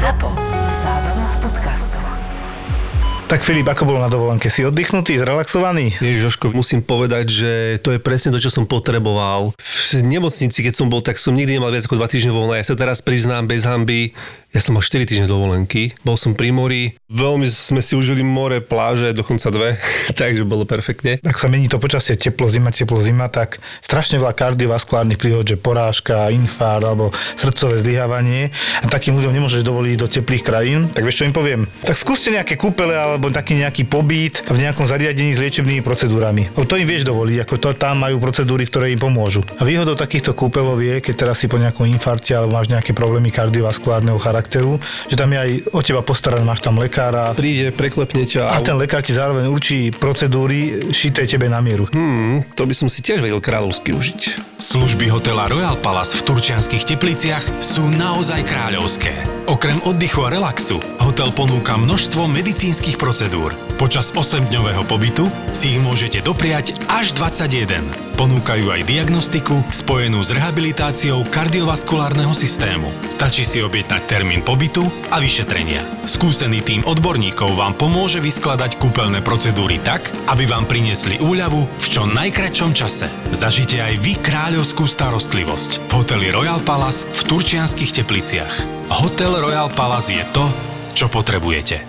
Zábrná v podcastov. Tak Filip, ako bolo na dovolenke? Si oddychnutý, zrelaxovaný? Ježiš, Jožko, musím povedať, že to je presne to, čo som potreboval. V nemocnici, keď som bol, tak som nikdy nemal viac ako 2 týždne voľna. Ja sa teraz priznám bez hanby, ja som mal 4 týždne dovolenky. Bol som pri mori, veľmi sme si užili more, pláže, dokonca 2, takže bolo perfektne. Ak sa mení to počasie, teplo, zima, tak strašne veľa kardiovaskulárnych príhod, že porážka, infarkt alebo srdcové zlyhávanie. A takým ľuďom nemôžeš dovoliť do teplých krajín. Tak vieš, čo im poviem? Tak skúste nejaké kúpele alebo taký nejaký pobyt v nejakom zariadení s liečebnými procedúrami. To im vieš dovoliť, ako to tam majú procedúry, ktoré im pomôžu. A výhodou takýchto kúpelov je, keď teraz si po nejakom infarkte alebo máš nejaké problémy kardiovaskulárneho charakteru, že tam je aj o teba postaraný, máš tam lekára. Príde, preklepne ťa. A ten lekár ti zároveň určí procedúry šité tebe na mieru. To by som si tiež vedel kráľovsky užiť. Služby hotela Royal Palace v Turčianskych Tepliciach sú naozaj kráľovské. Okrem oddychu a relaxu, hotel ponúka množstvo medicínskych procedúr. Počas 8-dňového pobytu si ich môžete dopriať až 21. Ponúkajú aj diagnostiku spojenú s rehabilitáciou kardiovaskulárneho systému. Stačí si objednať termín pobytu a vyšetrenia. Skúsený tím odborníkov vám pomôže vyskladať kúpeľné procedúry tak, aby vám priniesli úľavu v čo najkratšom čase. Zažite aj vy kráľovskú starostlivosť v hoteli Royal Palace v Turčianskych Tepliciach. Hotel Royal Palace je to, čo potrebujete.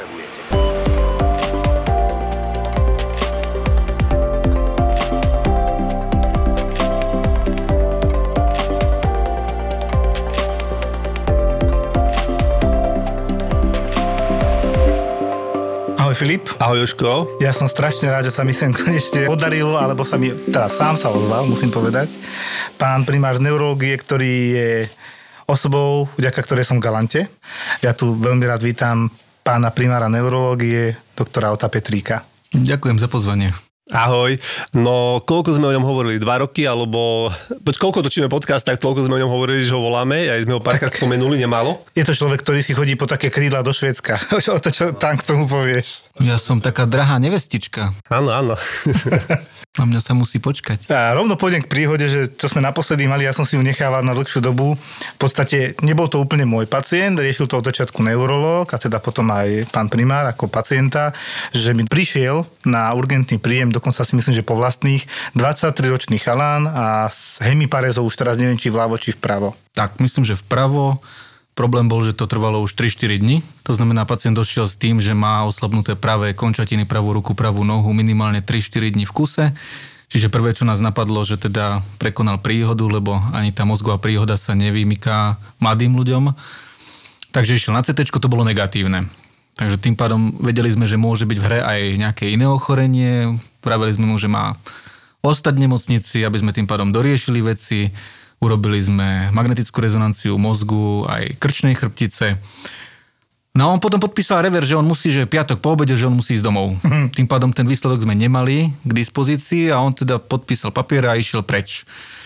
Ahoj Filip. Ahoj Jožko. Ja som strašne rád, že sa mi sem konečne podarilo, alebo sa mi teda sám sa ozval, musím povedať. Pán primár z neurológie, ktorý je osobou, vďaka ktorej som v Galante. Ja tu veľmi rád vítam pána primára neurológie, doktora Ota Petríka. Ďakujem za pozvanie. Ahoj. No, koľko sme o ňom hovorili? 2 roky, alebo... Koľko točíme podcast, tak toľko sme o ňom hovorili, že ho voláme. Aj sme ho párkrát spomenuli, nemálo. Je to človek, ktorý si chodí po také krídla do Švédska. O to, čo tam k tomu povieš? Ja som taká drahá nevestička. Áno, áno. Na mňa sa musí počkať. A rovno pôjdem k príhode, že čo sme naposledy mali, ja som si ju nechával na dlhšiu dobu. V podstate nebol to úplne môj pacient, riešil to od začiatku neurológ a teda potom aj pán primár ako pacienta, že mi prišiel na urgentný príjem, dokonca si myslím, že po vlastných, 23-ročný chalán a s hemiparézou už teraz neviem, či vľavo, či vpravo. Tak, myslím, že vpravo. Problém bol, že to trvalo už 3-4 dni. To znamená, pacient došiel s tým, že má oslabnuté pravé končatiny, pravú ruku, pravú nohu minimálne 3-4 dni v kuse. Čiže prvé, čo nás napadlo, že teda prekonal príhodu, lebo ani tá mozgová príhoda sa nevymyká mladým ľuďom. Takže išiel na CT, to bolo negatívne. Takže tým pádom vedeli sme, že môže byť v hre aj nejaké iné ochorenie. Pravili sme mu, že má ostať v nemocnici, aby sme tým pádom doriešili veci. Urobili sme magnetickú rezonanciu mozgu, aj krčnej chrbtice. No a on potom podpísal rever, že on musí, že piatok po obede, že on musí ísť domov. Tým pádom ten výsledok sme nemali k dispozícii a on teda podpísal papier a išiel preč.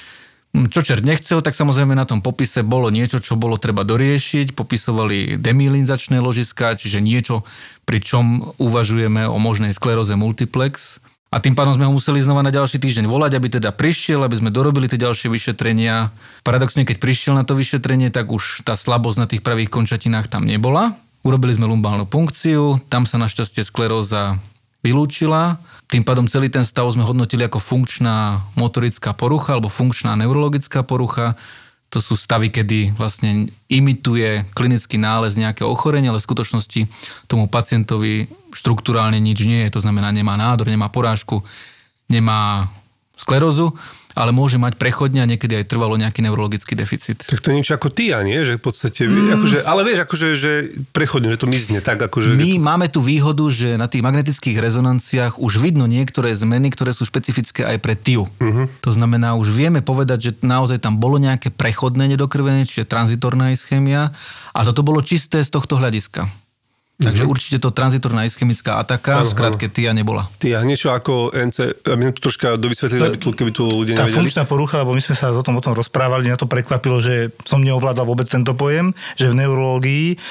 Čo čert nechcel, tak samozrejme na tom popise bolo niečo, čo bolo treba doriešiť. Popisovali demyelinizačné ložiská, čiže niečo, pri čom uvažujeme o možnej skleróze multiplex. A tým pádom sme ho museli znova na ďalší týždeň volať, aby teda prišiel, aby sme dorobili tie ďalšie vyšetrenia. Paradoxne, keď prišiel na to vyšetrenie, tak už tá slabosť na tých pravých končatinách tam nebola. Urobili sme lumbálnu punkciu, tam sa našťastie skleróza vylúčila. Tým pádom celý ten stav sme hodnotili ako funkčná motorická porucha alebo funkčná neurologická porucha. To sú stavy, kedy vlastne imituje klinický nález nejaké ochorenie, ale v skutočnosti tomu pacientovi štruktúrálne nič nie je. To znamená, nemá nádor, nemá porážku, nemá sklerózu, ale môže mať prechodne a niekedy aj trvalo nejaký neurologický deficit. Tak to je niečo ako ty, nie? Že v podstate, akože, ale vieš, akože, že prechodne, že to mizne tak, akože... My máme tú výhodu, že na tých magnetických rezonanciách už vidno niektoré zmeny, ktoré sú špecifické aj pre TIU. To znamená, už vieme povedať, že naozaj tam bolo nejaké prechodné nedokrvenie, čiže tranzitorná ischémia a toto bolo čisté z tohto hľadiska. Takže určite to tranzitorná ischemická ataka, v skratke TIA nebola. TIA, niečo ako NC, aby sme to troška dovysvetlili, keby tu ľudia tá nevedeli. Tá funkčná porucha, lebo my sme sa o tom rozprávali, mňa to prekvapilo, že som neovládal vôbec tento pojem, že v neurológii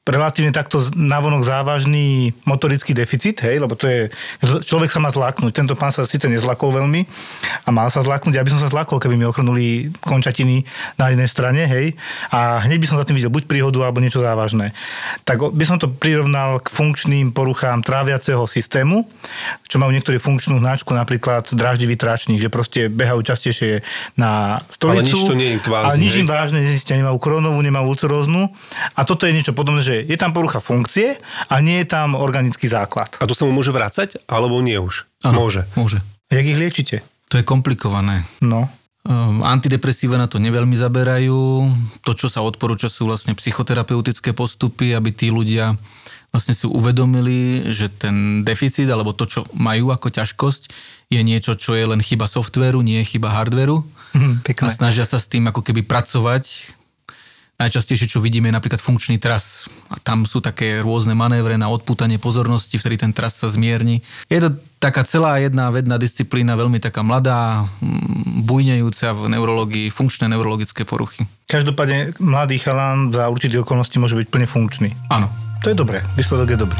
relatívne takto navonok závažný motorický deficit, hej, lebo to je, človek sa má zláknuť. Tento pán sa síce nezlakol veľmi a mal sa zláknuť, ja by som sa zlákol, keby mi ochrnuli končatiny na jednej strane, hej, a hneď by som za tým videl buď príhodu alebo niečo závažné. Tak by som to prirovnal k funkčným poruchám tráviaceho systému, čo majú niektorí funkčnú značku, napríklad dráždivý tráčnik, že proste behajú častejšie na stolicu. Ale nič to nie je kvázi, ale nič im hej? vážne nezistia, nemajú krónovú, nemajú ulceróznu. A toto je niečo podobné, že je tam porucha funkcie a nie je tam organický základ. A to sa mu môže vrácať, alebo nie už? Áno, Môže. môže. Jak ich liečite? To je komplikované. No. Antidepresíva na to neveľmi zaberajú. To, čo sa odporúča, sú vlastne psychoterapeutické postupy, aby tí ľudia vlastne si uvedomili, že ten deficit, alebo to, čo majú ako ťažkosť, je niečo, čo je len chyba softvéru, nie je chyba hardvéru. Pekné. A snažia sa s tým ako keby pracovať. Najčastejšie, čo vidíme, je napríklad funkčný tras. A tam sú také rôzne manévre na odpútanie pozornosti, vtedy ten tras sa zmierni. Je to taká celá jedna vedná disciplína, veľmi taká mladá, bujnejúca v neurológii, funkčné neurologické poruchy. Každopádne mladý chalán za určité okolnosti môže byť plne funkčný. Áno. To je dobré, výsledok je dobrý.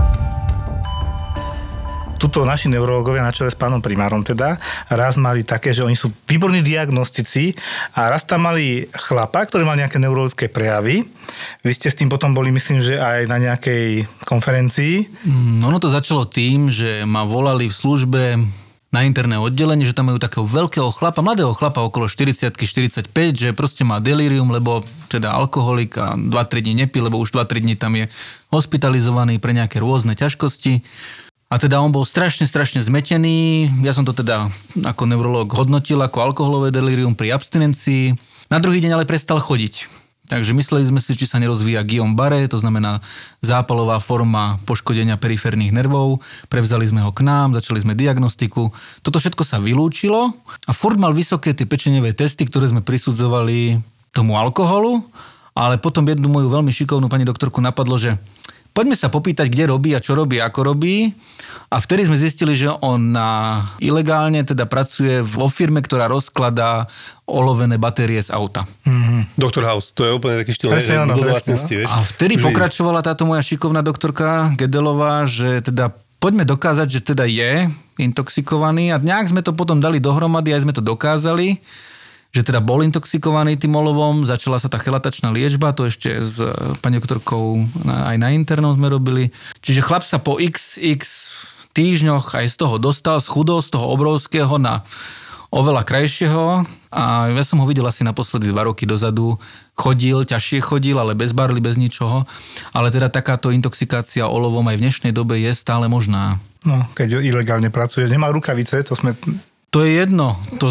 Tuto naši neurologovia na čele s pánom primárom teda raz mali také, že oni sú výborní diagnostici a raz tam mali chlapa, ktorý mal nejaké neurologické prejavy. Vy ste s tým potom boli, myslím, že aj na nejakej konferencii. Ono to začalo tým, že ma volali v službe na interné oddelenie, že tam majú takého veľkého chlapa, mladého chlapa okolo 40-45, že proste má delírium, lebo teda alkoholik a 2-3 dní nepí, lebo už 2-3 dní tam je hospitalizovaný pre nejaké rôzne ťažkosti. A teda on bol strašne zmetený. Ja som to teda ako neurológ hodnotil ako alkoholové delírium pri abstinencii. Na druhý deň ale prestal chodiť. Takže mysleli sme si, či sa nerozvíja Guillain-Barré, to znamená zápalová forma poškodenia periférnych nervov. Prevzali sme ho k nám, začali sme diagnostiku. Toto všetko sa vylúčilo a furt mal vysoké tie pečeniové testy, ktoré sme prisudzovali tomu alkoholu, ale potom jednu moju veľmi šikovnú pani doktorku napadlo, že poďme sa popýtať, kde robí a čo robí, ako robí. A vtedy sme zistili, že on ilegálne teda pracuje vo firme, ktorá rozkladá olovené batérie z auta. Dr. House, to je úplne taký štýl Presne, áno, domácnosti, vieš. A vtedy pokračovala táto moja šikovná doktorka Gedelová, že teda poďme dokázať, že teda je intoxikovaný a nejak sme to potom dali dohromady, aj sme to dokázali, že teda bol intoxikovaný tým olovom, začala sa tá chelatačná liečba, to ešte s pani doktorkou aj na internom sme robili. Čiže chlap sa po XX týždňoch aj z toho dostal, schudol z toho obrovského na oveľa krajšieho a ja som ho videl asi naposledy 2 roky dozadu. Ťažšie chodil, ale bez barly, bez ničoho. Ale teda takáto intoxikácia olovom aj v dnešnej dobe je stále možná. No, keď ilegálne pracuje. Nemá rukavice, to sme... To je jedno,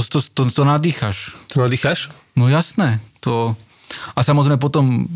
to nadýchaš. To nadýcháš? No jasné, to... A samozrejme potom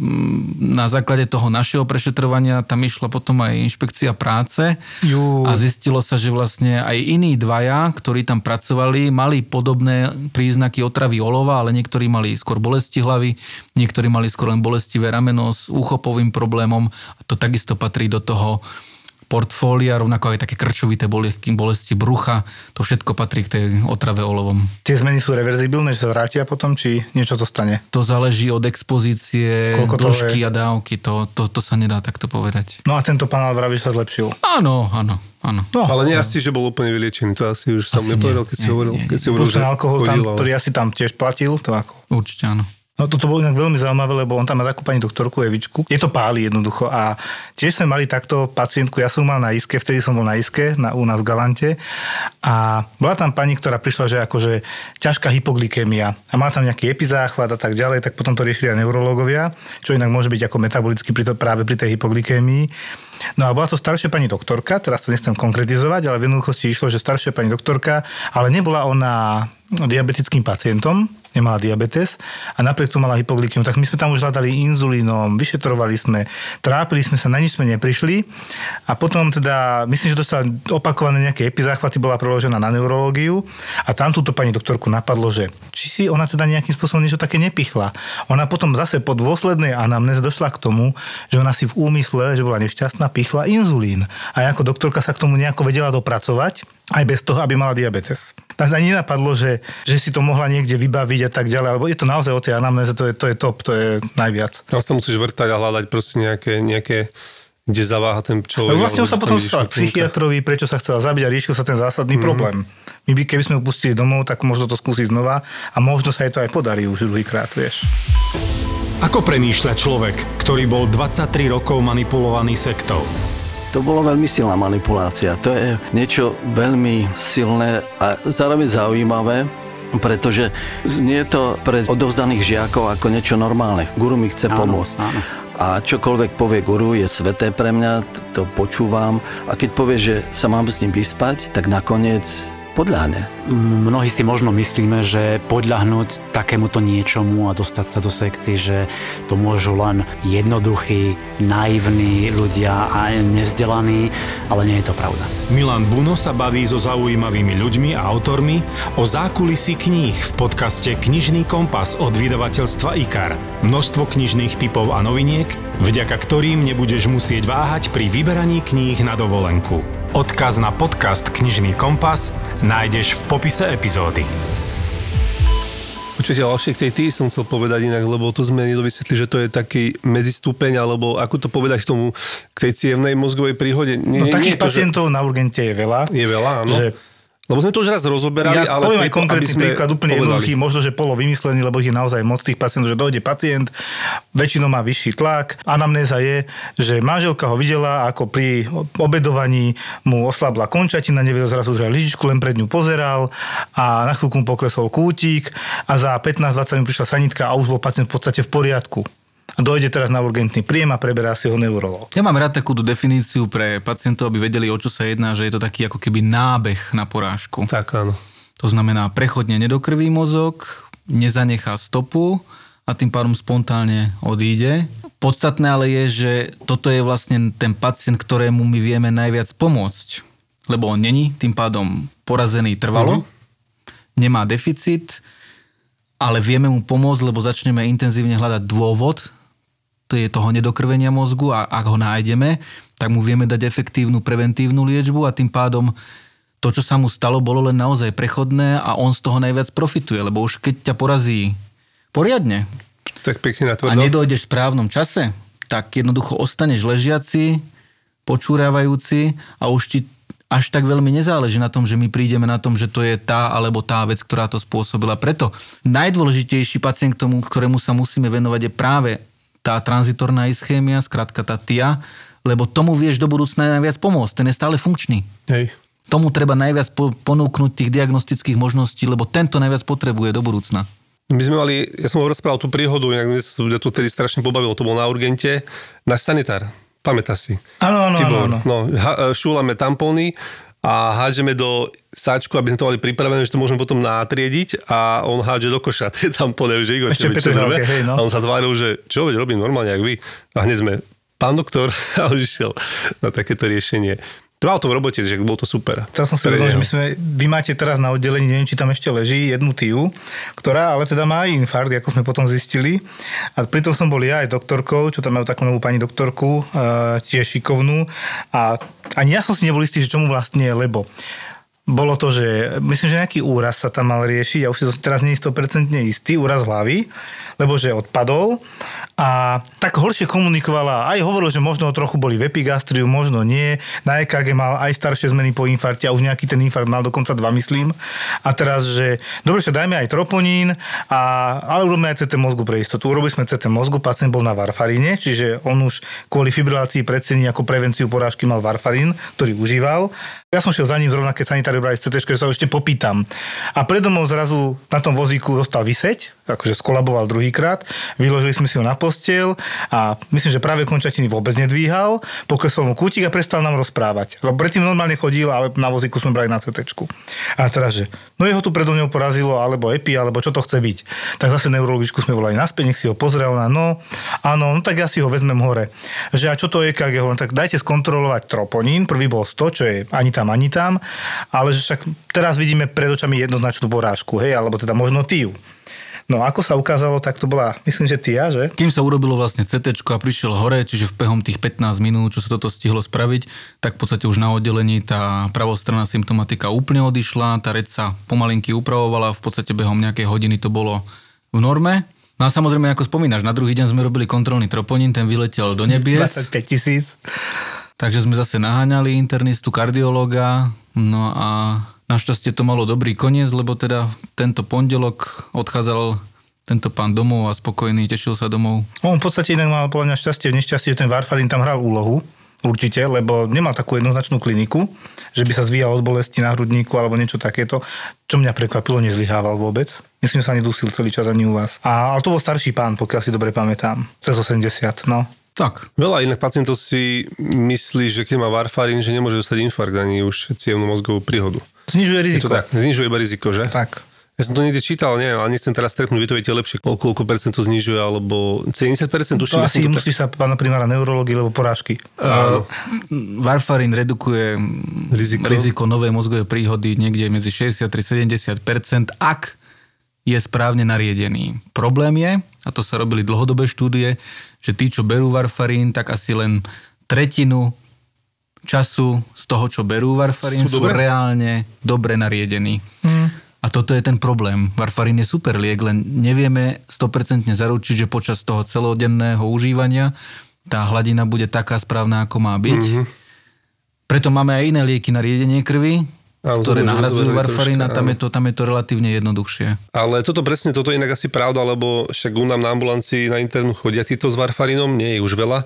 na základe toho našeho prešetrovania tam išla potom aj inšpekcia práce a zistilo sa, že vlastne aj iní dvaja, ktorí tam pracovali, mali podobné príznaky otravy olova, ale niektorí mali skôr bolesti hlavy, niektorí mali skôr len bolestivé rameno s úchopovým problémom a to takisto patrí do toho portfólia, rovnako aj také krčovité bolesti brucha, to všetko patrí k tej otrave olovom. Tie zmeny sú reverzibilné, že sa vrátia potom, či niečo zostane? To záleží od expozície, dĺžky a dávky, to sa nedá takto povedať. No a tento pán vraví, že sa zlepšil. Áno. No, Ale nie asi, že bol úplne vyliečený, to asi už som nepovedal, keď si hovoril. Keď si hovoril, ten že alkohol, chodil, ktorý asi tam tiež platil, to ako? Určite áno. No toto bolo inak veľmi zaujímavé, lebo on tam má takú pani doktorku Evičku. Je to páli jednoducho a tiež sme mali takto pacientku, ja som mal na iske, vtedy som bol na iske, u nás v Galante a bola tam pani, ktorá prišla, že akože ťažká hypoglykémia a má tam nejaký epizáchvat a tak ďalej, tak potom to riešili aj neurológovia, čo inak môže byť ako metabolicky práve pri tej hypoglykémii. No a bola to staršia pani doktorka, teraz to nechcem konkretizovať, ale v jednoduchosti išlo, že staršia pani doktorka, ale nebola ona diabetickým pacientom, nemala diabetes a napriek tomu mala hypoglykémiu. Tak my sme tam už hľadali inzulínom, vyšetrovali sme, trápili sme sa, na nič sme neprišli a potom teda, myslím, že dostala opakované nejaké epizáchvaty, bola preložená na neurológiu a tam túto pani doktorku napadlo, že či si ona teda nejakým spôsobom niečo také nepichla. Ona potom zase po dôslednej anamnéze došla k tomu, že ona si v úmysle, že bola nešťastná, pichla inzulín. A ako doktorka sa k tomu nejako vedela dopracovať, aj bez toho, aby mala diabetes. Nás ani nenapadlo, že si to mohla niekde vybaviť a tak ďalej, alebo je to naozaj o tej anamnéze, to je top, to je najviac. Tam sa musíš vrtať a hľadať proste nejaké kde zaváha ten človek. Vlastne on sa potom stala psychiatrovi, prečo sa chcela zabiť a riešil sa ten zásadný problém. My by, keby sme ho pustili domov, tak možno to skúsiť znova a možno sa jej to aj podarí už druhýkrát, vieš. Ako premýšľa človek, ktorý bol 23 rokov manipulovaný sektou? To bolo veľmi silná manipulácia. To je niečo veľmi silné a zároveň zaujímavé, pretože znie to pre odovzdaných žiakov ako niečo normálne. Guru mi chce pomôcť. Áno. A čokoľvek povie guru, je sveté pre mňa, to počúvam. A keď povie, že sa mám s ním vyspať, tak nakoniec podľahne. Mnohí si možno myslíme, že podľahnúť takémuto niečomu a dostať sa do sekty, že to môžu len jednoduchí, naivní ľudia a nevzdelaní, ale nie je to pravda. Milan Buno sa baví so zaujímavými ľuďmi a autormi o zákulisí kníh v podcaste Knižný kompas od vydavateľstva IKAR. Množstvo knižných tipov a noviniek, vďaka ktorým nebudeš musieť váhať pri vyberaní kníh na dovolenku. Odkaz na podcast Knižný kompas nájdeš v popise epizódy. Počujete, ale ešte k tej som chcel povedať inak, lebo to sme nedovysvetli, že to je taký medzistupeň, alebo ako to povedať k tomu, k tej cievnej mozgovej príhode. Takých pacientov na urgente je veľa. Je veľa, áno. Lebo sme to už raz rozoberali, ale poviem aj konkrétny príklad, úplne jednoduchý, možno, že polo vymyslený, lebo ich je naozaj moc tých pacientov, že dojde pacient, väčšinou má vyšší tlak. Anamnéza je, že manželka ho videla, ako pri obedovaní mu oslabla končatina, nevedel zrazu zrať lyžičku, len pred ňu pozeral a na chvíľku mu poklesol kútik a za 15-20 minút prišla sanitka a už bol pacient v podstate v poriadku. Dojde teraz na urgentný príjem a preberá si ho neurológ. Ja mám rád takúto definíciu pre pacientov, aby vedeli, o čo sa jedná, že je to taký ako keby nábeh na porážku. Tak, áno. To znamená, prechodne nedokrví mozog, nezanechá stopu a tým pádom spontánne odíde. Podstatné ale je, že toto je vlastne ten pacient, ktorému my vieme najviac pomôcť. Lebo on není tým pádom porazený trvalo, nemá deficit, ale vieme mu pomôcť, lebo začneme intenzívne hľadať dôvod, to je toho nedokrvenia mozgu a ak ho nájdeme, tak mu vieme dať efektívnu preventívnu liečbu a tým pádom to, čo sa mu stalo, bolo len naozaj prechodné a on z toho najviac profituje, lebo už keď ťa porazí poriadne tak pekne a nedojdeš v správnom čase, tak jednoducho ostaneš ležiaci, počúravajúci a už ti až tak veľmi nezáleží na tom, že my prídeme na tom, že to je tá alebo tá vec, ktorá to spôsobila. Preto najdôležitejší pacient k tomu, ktorému sa musíme venovať, je práve tá tranzitorná ischémia, skrátka tá TIA, lebo tomu vieš do budúcna najviac pomôcť. Ten je stále funkčný. Hej. Tomu treba najviac ponúknuť tých diagnostických možností, lebo tento najviac potrebuje do budúcna. My sme mali, ja som rozprával tú príhodu, inak mňa to tedy strašne pobavilo, to bol na urgente, náš sanitár. Pamätáš si? Áno. No, šúlame tampóny a hádžeme do sáčku, aby sme to mali pripravené, že to môžeme potom natriediť a on hádže do koša tie tampóny, že Igor, ešte Petržalke, hej, no. A on sa tváril, že čo veď robím normálne, jak vy. A hneď sme, pán doktor, a už išiel na takéto riešenie. Trvalo to v robote, že bolo to super. Teraz som si vedel, že vy máte teraz na oddelení, neviem, či tam ešte leží jednu TIU, ktorá ale teda má aj infarkt, ako sme potom zistili. A pritom som bol ja aj doktorkou, čo tam majú takú novú pani doktorku, tiež šikovnú. A ani ja som si nebol istý, že čomu vlastne je, lebo bolo to, že myslím, že nejaký úraz sa tam mal riešiť, ja už si to teraz nie 100% istý, úraz hlavy, lebo že odpadol a tak horšie komunikovala, aj hovoril, že možno trochu boli v epigastriu, možno nie, na EKG mal aj staršie zmeny po infarte a už nejaký ten infarkt mal dokonca 2, myslím. A teraz, že dobre, že dajme aj troponín, ale urobíme aj CT mozgu pre istotu. Urobili sme CT mozgu, pacient bol na varfaríne, čiže on už kvôli fibrilácii predsení ako prevenciu porážky mal varfarín, ktorý užíval. Ja som šiel za ním zrovna, keď sanitári brali CT, že sa ho ešte popýtam. A predo mnou zrazu na tom vozíku zostal viseť, akože skolaboval druhýkrát, vyložili sme si ho na posteľ a myslím, že práve končatiny vôbec nedvíhal, poklesol mu kútik a prestal nám rozprávať. Lebo predtým normálne chodil, ale na vozíku sme brali na CTčku. A teraz, že no jeho tu predo mňou porazilo, alebo epi, alebo čo to chce byť. Tak zase neurologičku sme volali naspäť, nech si ho pozrel na áno, tak ja si ho vezmem hore. Že a čo to je EKG? Tak dajte skontrolovať troponín, prvý bol 100, čo je ani tam, ale že však teraz vidíme pred očami jednoznačnú porážku, hej, alebo teda možno TIU. No ako sa ukázalo, tak to bola, myslím, že Tia, že? Kým sa urobilo vlastne CTčko a prišiel hore, čiže v behom tých 15 minút, čo sa toto stihlo spraviť, tak v podstate už na oddelení tá pravostranná symptomatika úplne odišla, tá reč sa pomalinky upravovala, v podstate behom nejakej hodiny to bolo v norme. No a samozrejme, ako spomínaš, na druhý deň sme robili kontrolný troponín, ten vyletel do nebies. 25 000. Takže sme zase naháňali internistu, kardiológa, no a našťastie to malo dobrý koniec, lebo teda tento pondelok odchádzal tento pán domov a spokojný, tešil sa domov. On v podstate inak mal podľa mňa šťastie v nešťastie, že ten varfarín tam hral úlohu. Určite, lebo nemal takú jednoznačnú kliniku, že by sa zvíjal od bolesti na hrudníku alebo niečo takéto. Čo mňa prekvapilo, nezlyhával vôbec. Myslím, že sa nedusil celý čas ani u vás. Ale to bol starší pán, pokiaľ si dobre pamätám. Cez 80, no. Tak. Veľa iných pacientov si myslí, že keď má varfarín, že nemôže dostať infarkt ani už cievnu mozgovú príhodu. Znižuje riziko. Tak, znižuje iba riziko, že? Tak. Ja som to niekde čítal, neviem, ale nechcem teraz stretnúť, vy to viete lepšie, koľko percent to znižuje, alebo 70% už. To asi musí sa pána primára neurológie, lebo porážky. Varfarín redukuje riziko novej mozgovej príhody niekde medzi 63-70%, ak je správne nariedený. Problém je, a to sa robili dlhodobé štúdie, že tí, čo berú varfarín, tak asi len tretinu času z toho, čo berú varfarín, sú reálne dobre nariedení. A toto je ten problém. Varfarín je super liek, len nevieme 100% zaručiť, že počas toho celodenného užívania tá hladina bude taká správna, ako má byť. Preto máme aj iné lieky na riedenie krvi, ktoré nahradzujú varfarín a tam je to relatívne jednoduchšie. Ale toto inak asi pravda, lebo však u nám na ambulancii na internú chodia títo s varfarínom, nie je už veľa,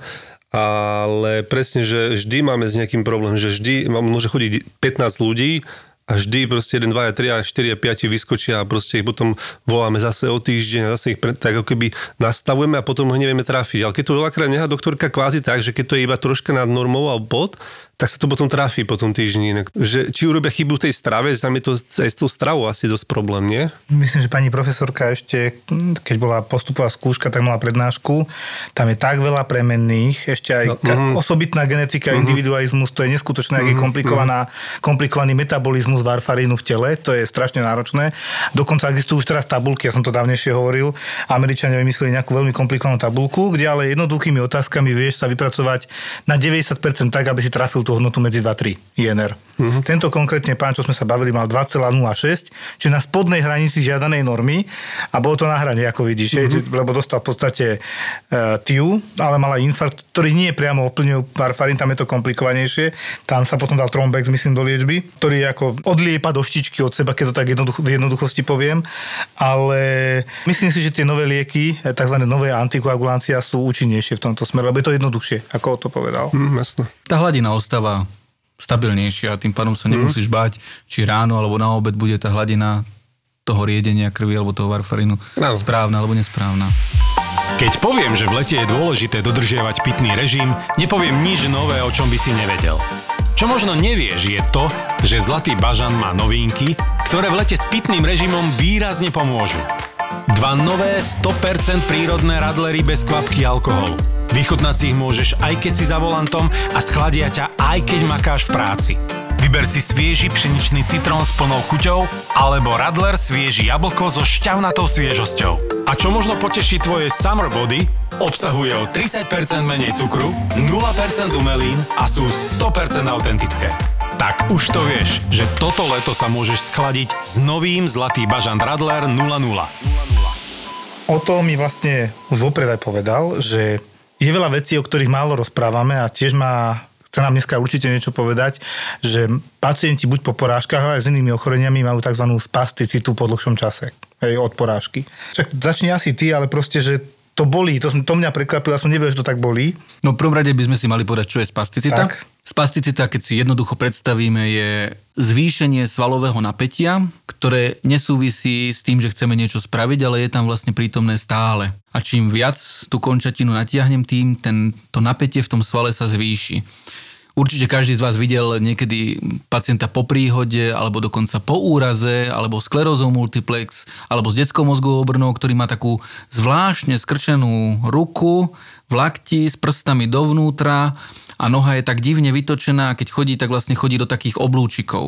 ale presne, že vždy máme s nejakým problém, že vždy môže chodiť 15 ľudí a vždy proste 1, 2, 3, 4 a 5 vyskočia a proste ich potom voláme zase o týždeň a zase ich tak ako keby nastavujeme a potom ho nevieme trafiť. Ale keď to veľakrát nechá doktorka kvázi tak, že keď to je iba troška nad normou alebo pod, tak sa to potom trafí po tom týždni. Že, či urobia chybu v tej strave, tam je to aj s tou stravou asi dosť problém, nie? Myslím, že pani profesorka ešte, keď bola postupová skúška, tak mala prednášku. Tam je tak veľa premenných, ešte aj osobitná genetika, individualizmus, to je neskutočné, ak je komplikovaný metabolizmus varfarínu v tele, to je strašne náročné. Dokonca existujú už teraz tabulky, ja som to dávnejšie hovoril, Američania vymysleli nejakú veľmi komplikovanú tabulku, kde ale jednoduchými otázkami vieš sa vypracovať na 90% tak, aby si trafil tú hodnotu medzi 2-3 INR. Tento konkrétne pán, čo sme sa bavili, mal 2,06, čiže na spodnej hranici žiadanej normy a bolo to na hrane, ako vidíš, lebo dostal v podstate TIU, ale mal aj infarkt, ktorý nie priamo ovplyvnil varfarín, tam je to komplikovanejšie. Tam sa potom dal Trombex, myslím, do liečby, ktorý ako odliepa do štičky od seba, keď to tak v jednoduchosti poviem, ale myslím si, že tie nové lieky, takzvané nové antikoagulácia sú účinnejšie v tomto smere, lebo je to jednoduchšie, ako to povedal. Jasné. Tá hladina ostáva stabilnejšia a tým pádom sa nemusíš báť, či ráno alebo na obed bude tá hladina toho riedenia krvi alebo toho varfarínu správna alebo nesprávna. Keď poviem, že v lete je dôležité dodržiavať pitný režim, nepoviem nič nové, o čom by si nevedel. Čo možno nevieš, je to, že Zlatý bažant má novinky, ktoré v lete s pitným režimom výrazne pomôžu. 2 nové 100% prírodné radlery bez kvapky alkoholu. Vychutnať si ich môžeš aj keď si za volantom a schladia ťa aj keď makáš v práci. Vyber si svieži pšeničný citrón s plnou chuťou alebo radler svieži jablko so šťavnatou sviežosťou. A čo možno poteší tvoje summer body, obsahuje o 30% menej cukru, 0% umelín a sú 100% autentické. Tak už to vieš, že toto leto sa môžeš schladiť s novým Zlatý bažant Radler 0,0. O to mi vlastne už vopred aj povedal, že je veľa vecí, o ktorých málo rozprávame a tiež chce nám dneska určite niečo povedať, že pacienti buď po porážkach, ale aj s inými ochoreniami majú tzv. Spasticitu po dlhšom čase od porážky. Však začni asi ty, ale proste, že to bolí, to mňa prekvapilo, ja som nevedel, že to tak bolí. No v prvom rade by sme si mali povedať, čo je spasticita. Tak. Spasticita, keď si jednoducho predstavíme, je zvýšenie svalového napätia, ktoré nesúvisí s tým, že chceme niečo spraviť, ale je tam vlastne prítomné stále. A čím viac tú končatinu natiahnem, tým to napätie v tom svale sa zvýši. Určite každý z vás videl niekedy pacienta po príhode, alebo dokonca po úraze, alebo sklerózou multiplex, alebo s detskou mozgovou obrnou, ktorý má takú zvláštne skrčenú ruku v lakti s prstami dovnútra a noha je tak divne vytočená a keď chodí, tak vlastne chodí do takých oblúčikov.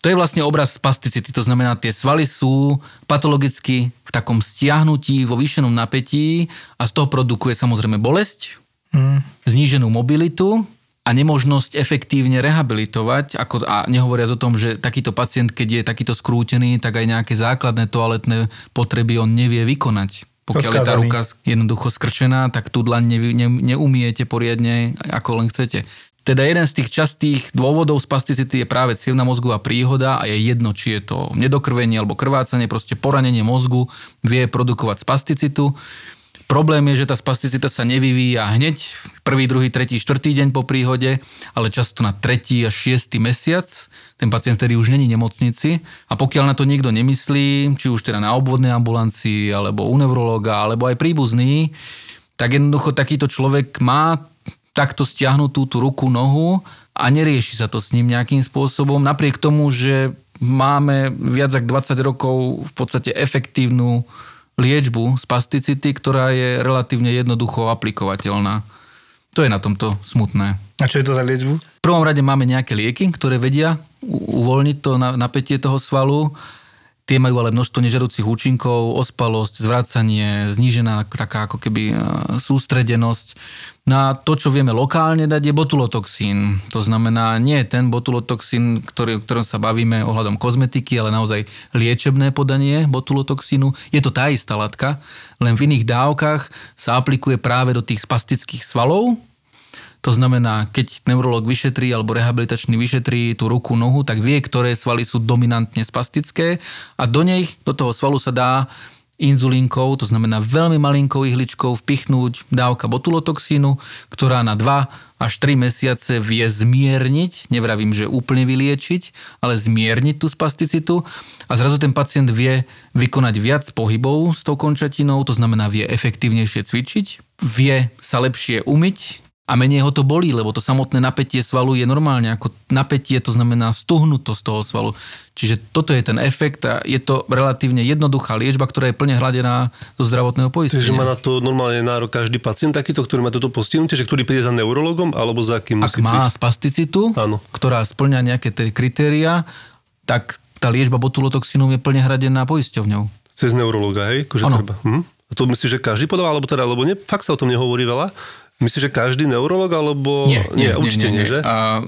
To je vlastne obraz spasticity, to znamená, tie svaly sú patologicky v takom stiahnutí, vo zvýšenom napätí a z toho produkuje samozrejme bolesť, zníženú mobilitu a nemožnosť efektívne rehabilitovať. A nehovoriac o tom, že takýto pacient, keď je takýto skrútený, tak aj nejaké základné toaletné potreby on nevie vykonať. Pokiaľ je tá ruka jednoducho skrčená, tak tú dlaň neumiete poriadne, ako len chcete. Teda jeden z tých častých dôvodov spasticity je práve cievna mozgová príhoda a je jedno, či je to nedokrvenie alebo krvácanie, proste poranenie mozgu vie produkovať spasticitu. Problém je, že tá spasticita sa nevyvíja hneď 1., 2., 3., 4. deň po príhode, ale často na 3. až 6. mesiac. Ten pacient vtedy už není v nemocnici a pokiaľ na to niekto nemyslí, či už teda na obvodnej ambulancii, alebo u neurologa, alebo aj príbuzný, tak jednoducho takýto človek má takto stiahnutú tú ruku, nohu a nerieši sa to s ním nejakým spôsobom. Napriek tomu, že máme viac ako 20 rokov v podstate efektívnu liečbu spasticity, ktorá je relatívne jednoducho aplikovateľná. To je na tomto smutné. A čo je to za liečbu? V prvom rade máme nejaké lieky, ktoré vedia uvoľniť to napätie toho svalu. Tie majú ale množstvo nežiaducich účinkov, ospalosť, zvracanie, znížená taká ako keby sústredenosť. No a to, čo vieme lokálne dať, je botulotoxín. To znamená, nie ten botulotoxín, o ktorom sa bavíme ohľadom kozmetiky, ale naozaj liečebné podanie botulotoxínu. Je to tá istá látka, len v iných dávkach sa aplikuje práve do tých spastických svalov. To znamená, keď neurolog vyšetrí alebo rehabilitačný vyšetrí tú ruku, nohu, tak vie, ktoré svaly sú dominantne spastické a do toho svalu sa dá inzulínkou, to znamená veľmi malinkou ihličkou vpichnúť dávka botulotoxínu, ktorá na 2 až 3 mesiace vie zmierniť, nevravím, že úplne vyliečiť, ale zmierniť tú spasticitu a zrazu ten pacient vie vykonať viac pohybov s tou končatinou, to znamená vie efektívnejšie cvičiť, vie sa lepšie umyť, a menej ho to bolí, lebo to samotné napätie svalu je normálne ako napätie, to znamená stuhnutosť toho svalu. Čiže toto je ten efekt a je to relatívne jednoduchá liečba, ktorá je plne hladená zo zdravotného poistenia. Takže má na to normálne nárok každý pacient takýto, ktorý má toto postihnutie, že ktorý príde za neurologom alebo za kým musí prísť? Ak má spasticitu, ktorá spĺňa nejaké tie kritériá, tak tá liečba botulotoxínu je plne hradená poisťovňou. Cez neurologa, hej? Treba. A to myslíš, že každý podáva, alebo teda, alebo nie? Fakt sa o tom nehovorí veľa. Myslíš, že každý neurolog, alebo... Nie, určite nie, že? A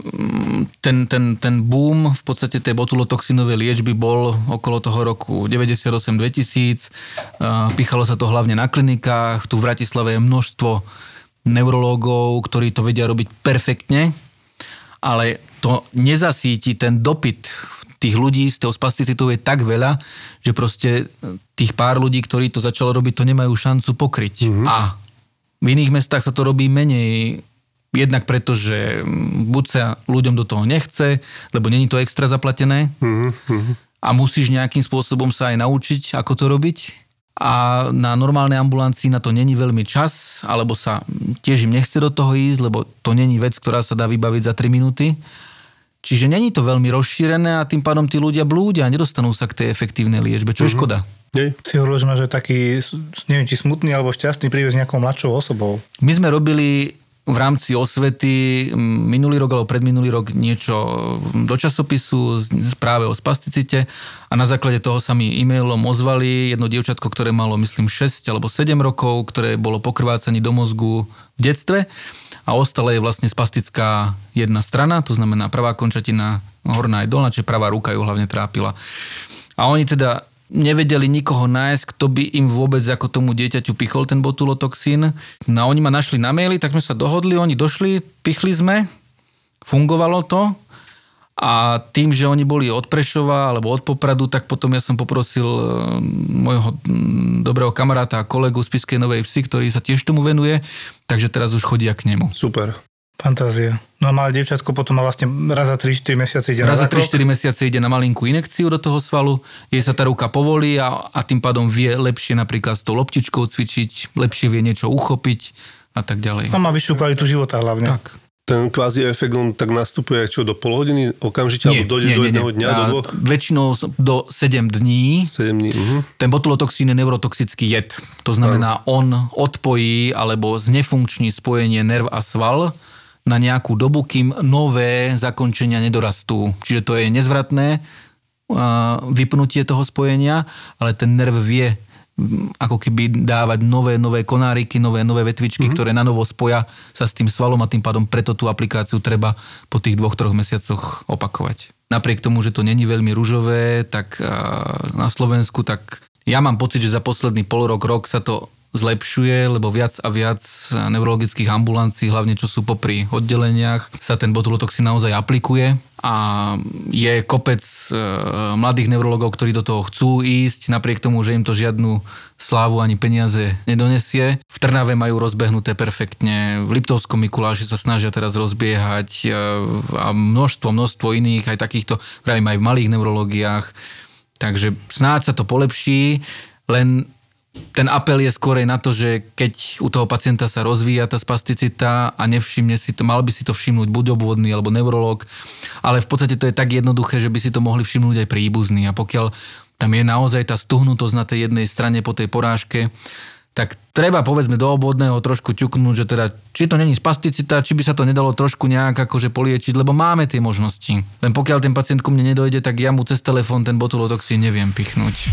ten boom v podstate tej botulotoxinovej liečby bol okolo toho roku 98-2000. Pichalo sa to hlavne na klinikách. Tu v Bratislave je množstvo neurológov, ktorí to vedia robiť perfektne, ale to nezasíti ten dopyt tých ľudí s tou spasticitou je tak veľa, že proste tých pár ľudí, ktorí to začalo robiť, to nemajú šancu pokryť. A v iných mestách sa to robí menej, jednak preto, že buď sa ľuďom do toho nechce, lebo není to extra zaplatené a musíš nejakým spôsobom sa aj naučiť, ako to robiť. A na normálnej ambulancii na to není veľmi čas, alebo sa tiež im nechce do toho ísť, lebo to není vec, ktorá sa dá vybaviť za 3 minúty. Čiže není to veľmi rozšírené a tým pádom tí ľudia blúdia a nedostanú sa k tej efektívnej liečbe, čo je škoda. Si hovoril, že máš taký, neviem, či smutný alebo šťastný príbeh s nejakou mladšou osobou. My sme robili v rámci osvety minulý rok alebo predminulý rok niečo do časopisu práve o spasticite a na základe toho sa mi e-mailom ozvali jedno dievčatko, ktoré malo, myslím, 6 alebo 7 rokov, ktoré bolo pokrvácaní do mozgu v detstve a ostala je vlastne spastická jedna strana, to znamená pravá končatina, horná aj dolná, čiže pravá ruka ju hlavne trápila. A oni teda nevedeli nikoho nájsť, kto by im vôbec ako tomu dieťaťu pichol ten botulotoxín. No a oni ma našli na maili, tak sme sa dohodli, oni došli, pichli sme, fungovalo to a tým, že oni boli od Prešova alebo od Popradu, tak potom ja som poprosil môjho dobrého kamaráta a kolegu z Spišskej Novej Vsi, ktorý sa tiež tomu venuje, takže teraz už chodia k nemu. Super. Fantázia. No a malé dievčatko potom vlastne raz za 3-4 mesiace ide raz za 3-4 mesiace ide na malinkú injekciu do toho svalu, jej sa tá ruka povolí a tým pádom vie lepšie napríklad s tou loptičkou cvičiť, lepšie vie niečo uchopiť a tak ďalej. A má vyššiu kvalitu života hlavne. Tak. Ten kvázi efekt, on tak nastupuje čo, do pol hodiny okamžite, alebo dojde do jedného dňa, do 2? Väčšinou do 7 dní. 7 dní, Ten botulotoxín je neurotoxický jed. To znamená, on odpojí alebo znefunkční spojenie nerv a sval. na nejakú dobu, kým nové zakončenia nedorastú. Čiže to je nezvratné vypnutie toho spojenia, ale ten nerv vie ako keby dávať nové konáriky, nové vetvičky, ktoré na novo spoja sa s tým svalom a tým pádom preto tú aplikáciu treba po tých 2-3 mesiacoch opakovať. Napriek tomu, že to není veľmi ružové, tak na Slovensku, tak ja mám pocit, že za posledný rok sa to zlepšuje, lebo viac a viac neurologických ambulancií, hlavne čo sú popri oddeleniach, sa ten botulotoxín naozaj aplikuje a je kopec mladých neurologov, ktorí do toho chcú ísť, napriek tomu, že im to žiadnu slávu ani peniaze nedonesie. V Trnave majú rozbehnuté perfektne, v Liptovskom Mikuláši sa snažia teraz rozbiehať a množstvo iných, aj takýchto, pravím aj v malých neurologiách. Takže snáď sa to polepší, len ten apel je skorej na to, že keď u toho pacienta sa rozvíja tá spasticita a nevšimne si to, mal by si to všimnúť buď obvodný alebo neurolog, ale v podstate to je tak jednoduché, že by si to mohli všimnúť aj príbuzní. A pokiaľ tam je naozaj tá stuhnutosť na tej jednej strane po tej porážke, tak treba povedzme do obvodného trošku ťuknúť, že teda či to není spasticita, či by sa to nedalo trošku nejak akože poliečiť, lebo máme tie možnosti. Len pokiaľ ten pacient ku mne nedojde, tak ja mu cez telefón ten botulotoxín neviem pichnúť.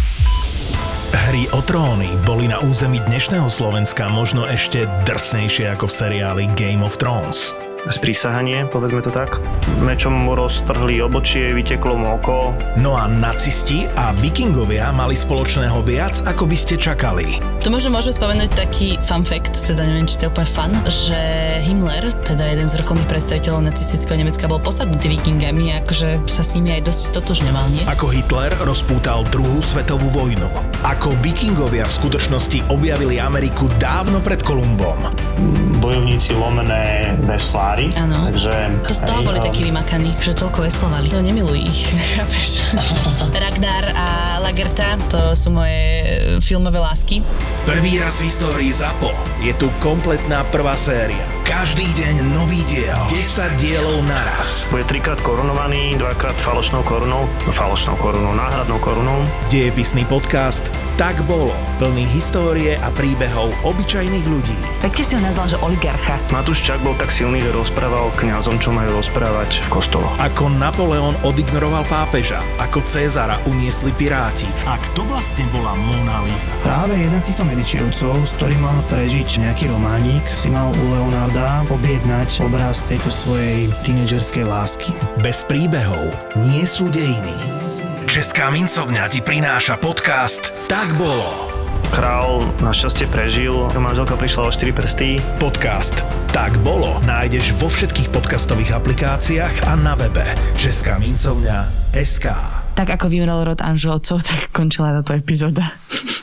Hry o tróny boli na území dnešného Slovenska možno ešte drsnejšie ako v seriáli Game of Thrones. Sprísahanie, povedzme to tak. Mečom mu roztrhli obočie, vyteklo mu oko. No a nacisti a vikingovia mali spoločného viac, ako by ste čakali. To možno môžeme spomenúť taký fun fact, teda neviem, či to je úplne fun, že Himmler, teda jeden z vrcholných predstaviteľov nacistického Nemecka, bol posadnutý vikingami a akože sa s nimi aj dosť stotožňoval, nie? Ako Hitler rozpútal druhú svetovú vojnu. Ako vikingovia v skutočnosti objavili Ameriku dávno pred Kolumbom. Bojovníci lomené veslári. Áno. Takže to z toho boli takí vymakaní, že toľko veslovali. No nemiluj ich, chápeš? Ragnar a Lagertha, to sú moje filmové lásky. Prvý raz v histórii ZAPO je tu kompletná prvá séria. Každý deň nový diel. 10 dielov naraz. Bude 3-krát korunovaný, 2-krát falošnou korunou, náhradnou korunou. Dejepisný podcast Tak bolo. Plný histórie a príbehov obyčajných ľudí. Pekne si ho nazval, že oligarcha. Matúš Čak bol tak silný, že rozprával kňazom, čo majú rozprávať v kostoloch. Ako Napoleon odignoroval pápeža, ako Cézara uniesli piráti a kto vlastne bola Mona Lisa. Práve jeden z týchto Medičievcov, s ktorým mal prežiť nejaký románik, si mal u Leonarda objednať obraz tejto svojej tínedžerskej lásky. Bez príbehov nie sú dejiny. Česká mincovňa ti prináša podcast Tak bolo. Král našťastie prežil, manželka prišla o 4 prsty. Podcast Tak bolo nájdeš vo všetkých podcastových aplikáciách a na webe Česká mincovňa.sk. Tak ako vymrel rod Anželovcov, tak končila táto epizóda.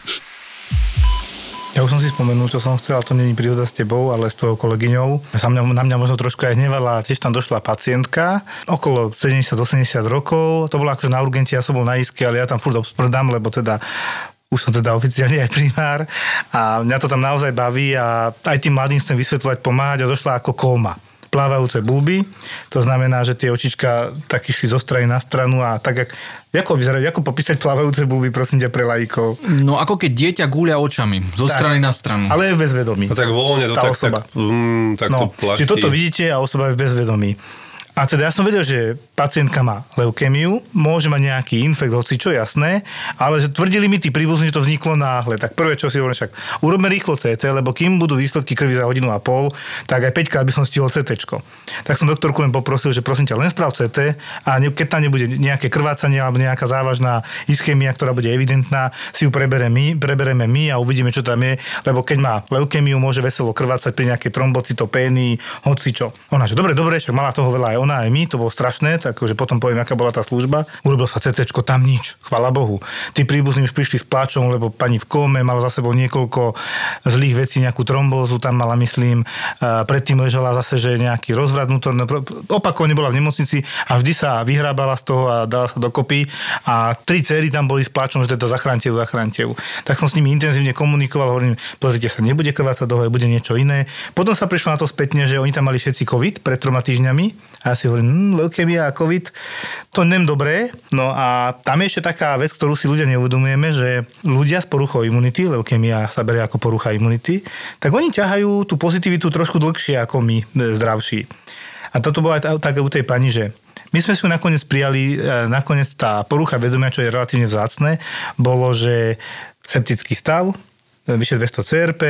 Ja už som si spomenul, čo som chcel, ale to nie je príhoda s tebou, ale s tvojou kolegyňou. Na mňa možno trošku aj hnevala, tiež tam došla pacientka, okolo 70-80 rokov, to bola akože na urgente, ja som bol na iske, ale ja tam furt obsprdám, lebo teda už som teda oficiálne aj primár a mňa to tam naozaj baví a aj tým mladým chcem vysvetľovať, pomáhať a došla ako kóma. Plávajúce bulby, to znamená, že tie očička tak išli zo strany na stranu a tak, ako vyzerajú, ako popísať plávajúce bulby, prosím ťa, pre laikov. No ako keď dieťa gúľa očami, zo strany na stranu. Ale je v bezvedomí. No tak voľne to tá tak, osoba. tak to platí. Čiže toto vidíte a osoba je v bezvedomí. A teda ja som vedel, že pacientka má leukémiu, môže mať nejaký infekt, hoci čo, jasné, ale že tvrdili mi tí príbuzní, že to vzniklo náhle. Tak prvé, čo si hovorím, však urobme rýchlo CT, lebo kým budú výsledky krvi za hodinu a pol, tak aj 5-krát by som stihol CTčko. Tak som doktorku len poprosil, že prosím ťa, len sprav CT a keď tam nebude nejaké krvácanie alebo nejaká závažná ischémia, ktorá bude evidentná, si ju prebereme my a uvidíme, čo tam je, lebo keď má leukémiu, môže veselo krvácať pri nejakej trombocytopénii, hoci čo. Ona, že dobre, však mala toho veľa aj ona, aj my, to bolo strašné, takže potom poviem, aká bola tá služba. Urobil sa CTčko, tam nič, chvála Bohu. Tí príbuzní už prišli s pláčom, lebo pani v kóme mala za sebou niekoľko zlých vecí, nejakú trombózu tam mala, myslím, predtým ležala zase, že nejaký rozvrat vnútorný, opakovane bola v nemocnici a vždy sa vyhrábala z toho a dala sa dokopy a 3 dcery tam boli s pláčom, že to zachránte ju. Tak som s nimi intenzívne komunikoval, hovorím, pozrite sa, nebude krvácať dlho, bude niečo iné. Potom sa prišlo na to spätne, že oni tam mali všetci COVID pred 3 týždňami a ja si hovorím, leukémia a COVID, to nem dobré. No a tam je ešte taká vec, ktorú si ľudia neuvedomujeme, že ľudia s poruchou imunity, leukémia sa berie ako porucha imunity, tak oni ťahajú tú pozitivitu trošku dlhšie ako my, zdravší. A toto bola aj tak u tej pani, že my sme si ju nakoniec prijali, nakoniec tá porucha vedomia, čo je relatívne vzácne, bolo, že septický stav, vyše 200 CRP,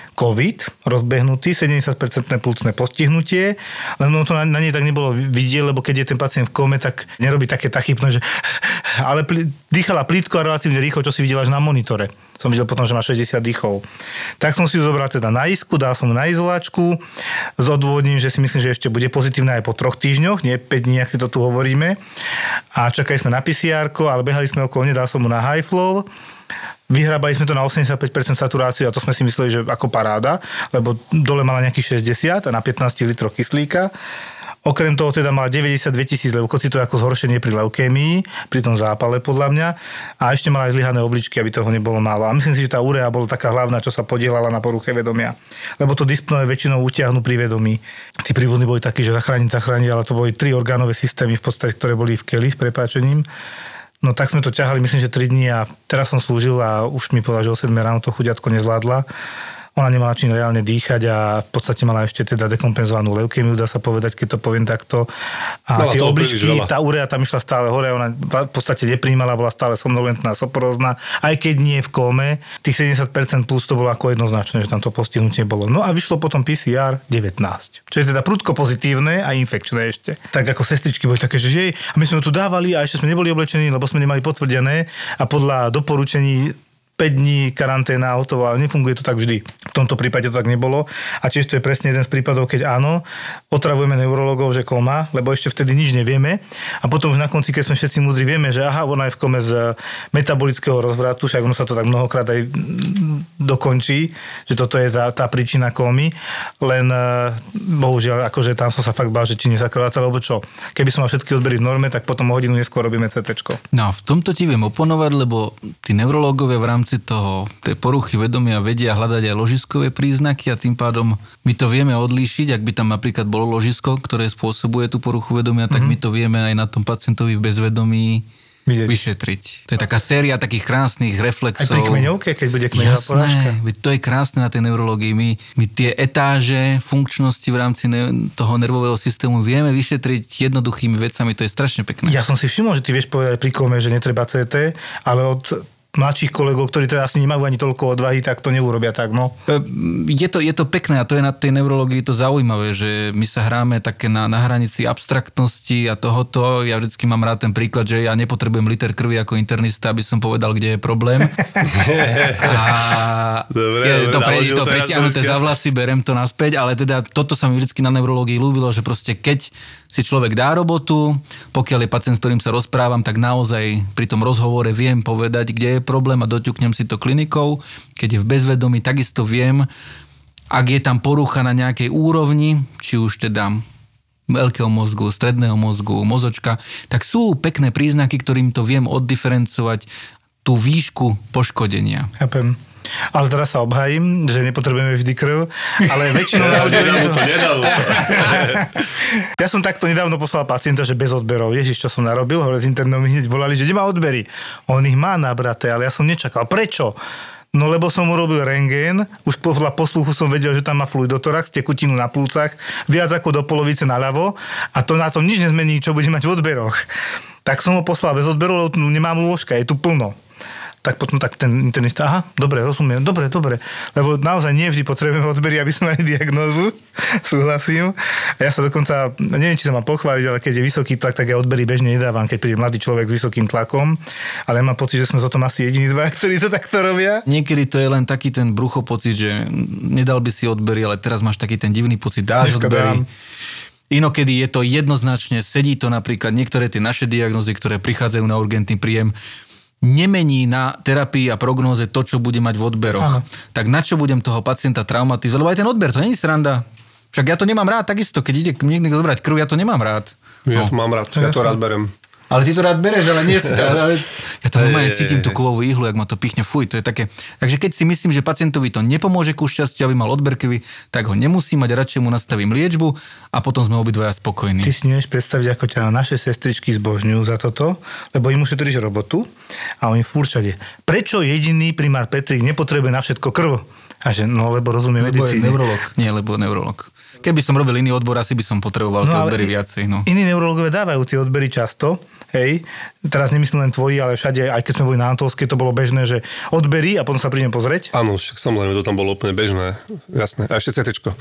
COVID, rozbehnutý, 70% plúcne postihnutie, len to na nej tak nebolo vidieť, lebo keď je ten pacient v kome, tak nerobí také tachypné, že ale dýchala plítko a relatívne rýchlo, čo si videla až na monitore. Som videl potom, že má 60 dýchov. Tak som si ju zobral teda na isku, dal som na izolačku, s odôvodním, že si myslím, že ešte bude pozitívne aj po 3 týždňoch, nie 5 dní, ak si to tu hovoríme. A čakali sme na PCR-ko, ale behali sme okolo, dal som mu na high flow. Vyhrábali sme to na 85% saturáciu a to sme si mysleli, že ako paráda, lebo dole mala nejakých 60 a na 15 litroch kyslíka. Okrem toho teda mala 92 000 leukocitov ako zhoršenie pri leukémii, pri tom zápale podľa mňa. A ešte mala aj zlyhané obličky, aby toho nebolo málo. A myslím si, že tá urea bola taká hlavná, čo sa podielala na poruche vedomia. Lebo to dyspnoe väčšinou utiahnu pri vedomí. Tí prívodní boli takí, že zachrániť, ale to boli 3 orgánové systémy v podstate, ktoré boli v keli s prepáčením. No tak sme to ťahali, myslím, že 3 dní a teraz som slúžil a už mi povedal, že o 7 ráno to chuďatko nezvládla. Ona nemala čím reálne dýchať a v podstate mala ešte teda dekompenzovanú leukémiu, dá sa povedať, keď to poviem takto. A tie obličky, tá urea tam išla stále hore, ona v podstate nepríjmala, bola stále somnolentná, soporózna, aj keď nie v kóme, tých 70% plus to bolo ako jednoznačné, že tam to postihnutie bolo. No a vyšlo potom PCR 19, čo je teda prudko pozitívne a infekčné ešte. Tak ako sestričky boli také, že jej, a my sme ju tu dávali a ešte sme neboli oblečení, lebo sme nemali potvrdené a podľa doporučení 5 dní karanténa hotovo, ale nefunguje to tak vždy. V tomto prípade to tak nebolo. A tiež to je presne jeden z prípadov, keď áno, otravujeme neurologov, že koma, lebo ešte vtedy nič nevieme. A potom už na konci, keď sme všetci múdri, vieme, že aha, ona je v kome z metabolického rozvratu, však ono sa to tak mnohokrát aj dokončí, že toto je tá príčina komy. Len bohužiaľ, akože tam som sa fakt bál, že či nezakrváca, lebo čo? Keby som mal všetky odbery v norme, tak potom o hodinu neskôr robíme CTčko. No, v tomto ti viem oponovať, lebo tí neurológovia v rámci tej poruchy vedomia vedia hľadať aj ložiskové príznaky a tým pádom my to vieme odlíšiť, ak by tam napríklad bolo ložisko, ktoré spôsobuje tú poruchu vedomia, tak my to vieme aj na tom pacientovi v bezvedomí vyšetriť. To je taká séria takých krásnych reflexov. Aj pri kmeňovke, keď bude kmeňová porážka. To je krásne na tej neurológii. My tie etáže funkčnosti v rámci toho nervového systému vieme vyšetriť jednoduchými vecami. To je strašne pekné. Ja som si všimol, že ty vieš povedať pri kome, že netreba CT, ale od mladších kolegov, ktorí teda asi nemajú ani toľko odvahy, tak to neurobia tak, no. Je to pekné a to je na tej neurológii to zaujímavé, že my sa hráme také na hranici abstraktnosti a tohoto. Ja vždycky mám rád ten príklad, že ja nepotrebujem liter krvi ako internista, aby som povedal, kde je problém. A to pretiahnuté za vlasy, berem to naspäť, ale teda toto sa mi vždycky na neurológii ľúbilo, že proste keď si človek dá robotu, pokiaľ je pacient, s ktorým sa rozprávam, tak naozaj pri tom rozhovore viem povedať, kde je problém a doťuknem si to klinikou. Keď je v bezvedomí, takisto viem, ak je tam porucha na nejakej úrovni, či už teda veľkého mozgu, stredného mozgu, mozočka, tak sú pekné príznaky, ktorým to viem oddiferencovať tú výšku poškodenia. Chápem. Ale teraz sa obhajím, že nepotrebujeme vždy krv, ale väčšinou na oddelení to nedalo. Ja som takto nedávno poslal pacienta, že bez odberov. Ježiš, čo som narobil, hore z internou mi hneď volali, že nemá odbery. On ich má nabraté, ale ja som nečakal. Prečo? No lebo som urobil rentgen, už podľa posluchu som vedel, že tam má fluidotorax, tekutinu na plúcach, viac ako do polovice naľavo a to na tom nič nezmení, čo bude mať v odberoch. Tak som ho poslal bez odberov, lebo nemám lôžka, je tu plno. Tak potom tak ten internista, aha, dobre, rozumiem, dobre, lebo naozaj nie vždy potrebujeme odbery, aby sme mali diagnózu, súhlasím. A ja sa dokonca, neviem, či sa mám pochváliť, ale keď je vysoký tlak, tak ja odbery bežne nedávam, keď príde mladý človek s vysokým tlakom, ale ja mám pocit, že sme o tom asi jediní dva, ktorí to takto robia. Niekedy to je len taký ten bruchopocit, že nedal by si odbery, ale teraz máš taký ten divný pocit, dáš odbery. Inokedy je to jednoznačne, sedí to napríklad niektoré tie naše diagnózy, ktoré prichádzajú na urgentný príjem, nemení na terapii a prognóze to, čo bude mať v odberoch. Aha. Tak na čo budem toho pacienta traumatizovať? Lebo aj ten odber, to nie je sranda. Však ja to nemám rád takisto, keď ide niekto zobrať krv, ja to nemám rád. Ja to mám rád, ja to rád berem. A Ale ty to rád bereš, ale nie si to. Ale... Ja to normálne cítim tú kovovú ihlu, jak ma to pichne, fuj, to je také. Takže keď si myslím, že pacientovi to nepomôže ku šťastiu, aby mal odber krvi, tak ho nemusí mať, radšej mu nastavím liečbu a potom sme obidvaja spokojní. Ty si nevieš predstaviť, ako ťa naše sestričky zbožňujú za toto, lebo im ušetríš robotu a oni fúrčade. Prečo jediný primár Petrík nepotrebuje na všetko krv? A že, no lebo rozumie medicíne. Lebo je neurolog. Nie, lebo neurolog. Keby som robil iný odbor, asi by som potreboval tie odbery viacej. No. Iní neurologové dávajú tie odbery často, hej. Teraz nemyslím len tvoji, ale všade, aj keď sme boli na Antolskej, to bolo bežné, že odbery a potom sa prídem pozrieť. Áno, však samozrejme, to tam bolo úplne bežné. Jasné. A ešte CTčko.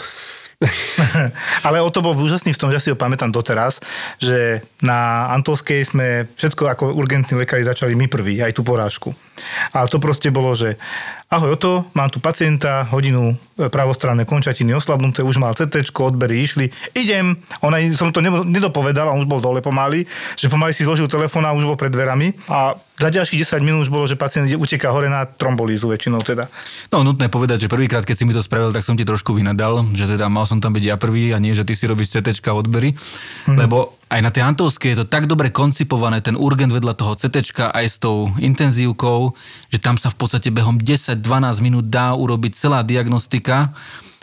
Ale o to bol úžasný v tom, že si ho pamätám doteraz, že na Antolskej sme všetko ako urgentní lekári začali my prví, aj tú porážku. Ale to proste bolo, že ahoj Oto, mám tu pacienta, hodinu pravostranné končatiny oslabnuté, už mal CT-čko, odbery išli, idem. Som to nedopovedal, on už bol dole pomaly, že pomaly si zložil telefón a už bol pred dverami a za ďalších 10 minút už bolo, že pacient uteká hore na trombolízu väčšinou teda. No nutné povedať, že prvýkrát, keď si mi to spravil, tak som ti trošku vynadal, že teda mal som tam byť ja prvý a nie, že ty si robíš CT-čka odbery, lebo aj na tej Antolskej je to tak dobre koncipované, ten urgent vedľa toho CT-čka aj s tou intenzívkou, že tam sa v podstate behom 10-12 minút dá urobiť celá diagnostika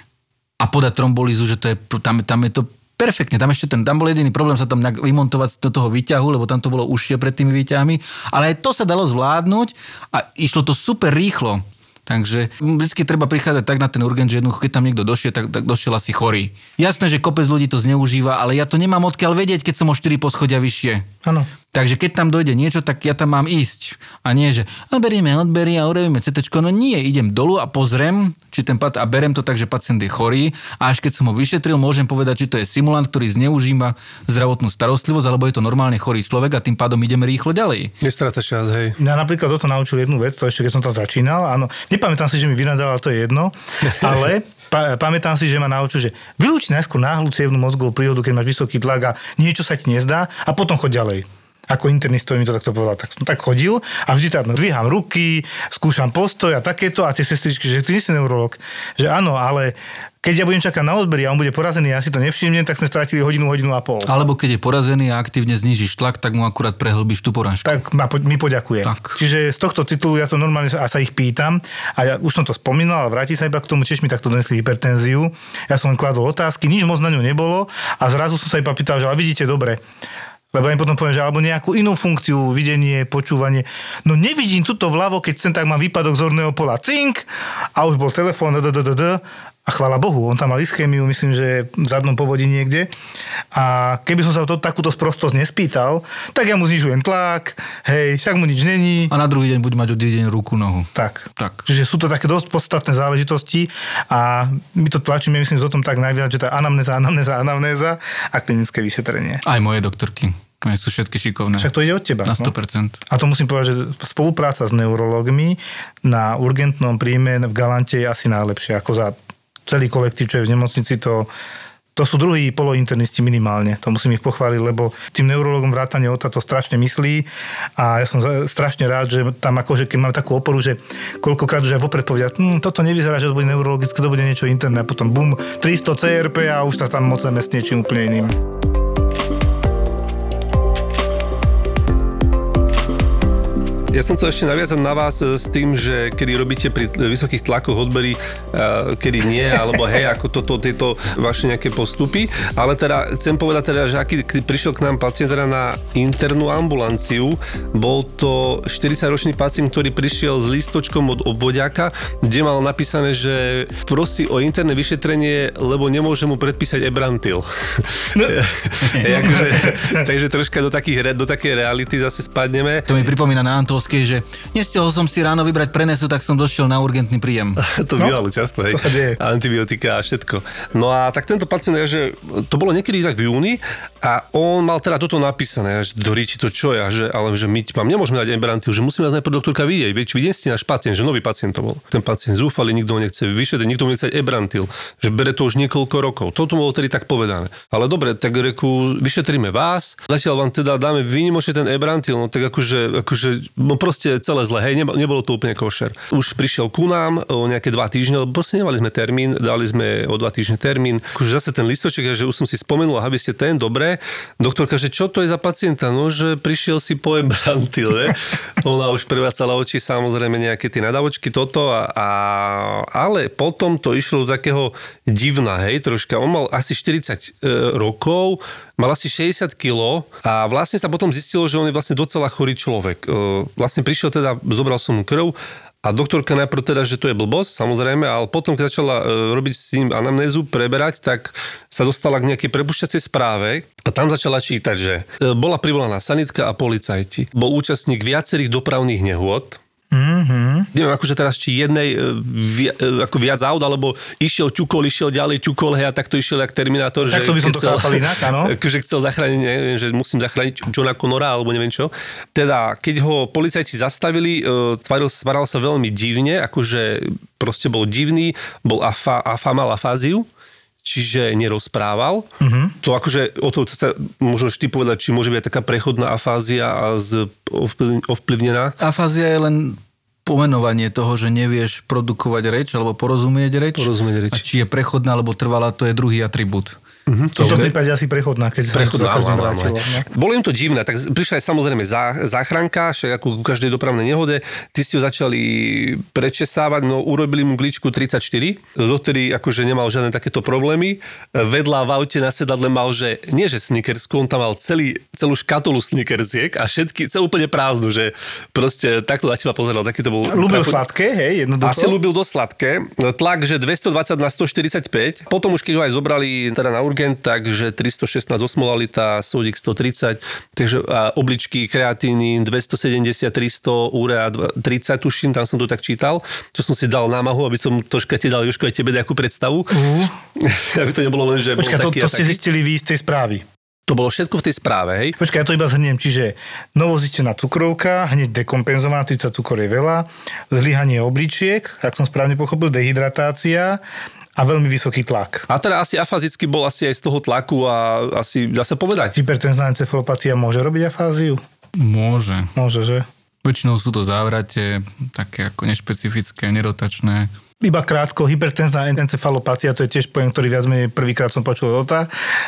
a podať trombolízu, že to je, tam je to perfektne. Tam bol jediný problém sa tam vymontovať do toho výťahu, lebo tam to bolo užšie pred tými výťahmi, ale aj to sa dalo zvládnuť a išlo to super rýchlo. Takže vždycky treba prichádzať tak na ten urgent, že jednoducho, keď tam niekto došiel, tak došiel asi chorý. Jasné, že kopec ľudí to zneužíva, ale ja to nemám odkiaľ vedieť, keď som o 4 poschodia vyššie. Áno. Takže keď tam dojde niečo, tak ja tam mám ísť. A nie, že berieme odbery a urobíme CT-čko. No nie, idem dolu a pozriem, či a berem to tak, že pacient je chorý a až keď som ho vyšetril, môžem povedať, či to je simulant, ktorý zneužíva zdravotnú starostlivosť, alebo je to normálne chorý človek a tým pádom ideme rýchlo ďalej. Nestráca čas, hej. Ja napríklad toto naučil jednu vec, to ešte keď som tam začínal, áno, nepamätám si, že mi vynadal, ale to je jedno, ale pamätám si, že ma naučil, že vylúči najskôr náhlu cievnu mozgovú príhodu, keď máš vysoký tlak a niečo sa ti nezdá a potom choď ďalej. Ako internista mi to takto povedal, tak som tak chodil a vždy tam dvíham ruky, skúšam postoj a takéto a tie sestričky, že ty nie si neurolog, že áno, ale keď ja budem čakať na odbery a on bude porazený a ja si to nevšimnem, tak sme strátili hodinu a pol. Alebo keď je porazený a aktívne znížiš tlak, tak mu akurát prehlbíš tú porážku. Tak mi poďakuje. Tak. Čiže z tohto titulu ja to normálne sa ich pýtam a ja už som to spomínal, ale vráti sa iba k tomu, tiež mi takto donesli hypertenziu. Ja som len kladol otázky, nič moc na ňu nebolo a zrazu som sa iba pýtal, že ale vidíte dobre. Lebo im potom poviem, že alebo nejakú inú funkciu, videnie, počúvanie. No nevidím tuto vľavo, keď sem tak mám výpadok zorného pola, cink, a už bol telefón, a chvála Bohu, on tam mal ischémiu, myslím, že v zadnom povodí niekde. A keby som sa takúto sprostosť nespýtal, tak ja mu znižujem tlak, hej, však mu nič není. A na druhý deň bude mať od deň ruku, nohu. Tak. Čiže sú to také dosť podstatné záležitosti a my to tlačíme, myslím, že o tom tak najviac, že tá anamnéza a klinické vyšetrenie. Aj moje doktorky. Sú všetky šikovné. Však to ide od teba. Na 100%. No? A to musím povedať, že spolupráca s neurológmi na urgentnom príjme v Galante je asi najlepšie, ako za celý kolektív, čo je v nemocnici, to sú druhí polointernisti minimálne. To musím ich pochváliť, lebo tým neurologom vrátane Ota to strašne myslí a ja som strašne rád, že tam akože, keď mám takú oporu, že koľkokrát už aj vopred povedia, toto nevyzerá, že to bude neurologické, to bude niečo interné a potom bum, 300 CRP a už sa tam moceme s niečím úplne iným. Ja som chcel ešte naviazať na vás s tým, že kedy robíte pri vysokých tlakoch odbery, kedy nie, alebo hej, ako tieto vaše nejaké postupy. Ale teda chcem povedať teda, že keď prišiel k nám pacient teda na internú ambulanciu, bol to 40-ročný pacient, ktorý prišiel s lístočkom od obvodiaka, kde mal napísané, že prosí o interné vyšetrenie, lebo nemôže mu predpísať Ebrantil. No. Takže troška do takej reality zase spadneme. To mi pripomína na Antolskej, že nestihol som si ráno vybrať prenesu, tak som došiel na urgentný príjem. To bývalo často, hej. Antibiotika a všetko. No a tak tento pacient, že to bolo niekedy tak v júni a on mal teda toto napísané, že doríti to čo ja, ale že my vám nemôžeme dať Ebrantil, že musíme vás najprv doktorka vidieť. Veď vy ste náš pacient, že nový pacient to bol. Ten pacient zúfalý, nikto ho nechce vyšetriť, nikto mu nechce Ebrantil, že bere to už niekoľko rokov. Toto bolo tedy tak povedané. Ale dobre, tak reku, vyšetríme vás, zatiaľ vám teda dáme výnimočne ten Ebrantil, no tak akože proste celé zle, hej, nebolo to úplne košer. Už prišiel ku nám o nejaké 2 týždne, lebo proste nemali sme termín, dali sme o 2 týždne termín. Akože zase ten listoček, že už som si spomenul, aby ste ten, dobre. Doktorka, že čo to je za pacienta? No, že prišiel si po Embrantil, ne? Ona už privrácala oči, samozrejme nejaké tie nadavočky, toto, ale potom to išlo do takého divna, hej, troška. On mal asi 40 rokov, mal asi 60 kg a vlastne sa potom zistilo, že on je vlastne docela chorý človek. Vlastne prišiel teda, zobral som mu krv a doktorka najprv teda, že to je blbosť, samozrejme, ale potom, keď začala robiť s ním anamnézu, preberať, tak sa dostala k nejakej prepušťacej správe a tam začala čítať, že bola privolaná sanitka a policajti. Bol účastník viacerých dopravných nehôd. Neviem, akože teraz, či jednej ako viac aut, alebo išiel ďalej, hej, a takto išiel jak Terminátor, tak že to by som to chápal inak, áno. Akože chcel zachrániť, neviem, že musím zachrániť Johna Connora, alebo neviem čo. Teda, keď ho policajti zastavili, tváral sa veľmi divne, akože proste bol divný, mal afáziu, čiže nerozprával. To akože, o to sa môžeš ty povedať, či môže byť taká prechodná afázia a ovplyvnená. Afázia je len pomenovanie toho, že nevieš produkovať reč alebo porozumieť reč. A či je prechodná alebo trvalá, to je druhý atribút. V tom prípade asi prechodná, keď sa to každým vrátilo. Bolo im to divné, tak prišla aj samozrejme záchranka, však ako ku každej dopravnej nehode, tí si ho začali prečesávať, no urobili mu gličku 34, dotedy akože nemal žiadne takéto problémy. Vedľa v aute na sedadle mal, že nie že Snickersku, on tam mal celú škatulu Snickersiek a celú úplne prázdnu, že proste takto na teba pozeral, taký to bol... Ľúbil sladké, hej, jednoducho? Asi ľúbil dosť sladké. Tlak, že 220 na 145, potom už keď ho aj zobrali teda na urgent, takže 316 osmolalita, sódik 130, takže obličky, kreatíny 270, 300, urea 30, tuším, tam som to tak čítal, čo som si dal námahu, aby som troška ti dal, Jožko, aj tebe nejakú predstavu. Aby to nebolo len, že počkaj, bol taký to ste zistili vy z tej správy. To bolo všetko v tej správe, hej? Počkaj, ja to iba zhrniem, čiže novozistená cukrovka, hneď dekompenzovaná, 30 cukor je veľa, zlyhanie obličiek, ak som správne pochopil, dehydratácia a veľmi vysoký tlak. A teda asi afázicky bol asi aj z toho tlaku a asi dá sa povedať. Hypertenzná encefalopatia môže robiť afáziu? Môže. Môže, že? Väčšinou sú to závrate, také ako nešpecifické, nerotačné. Iba krátko, hypertenzná encefalopatia, to je tiež pojem, ktorý viac menej prvýkrát som počul od Ota,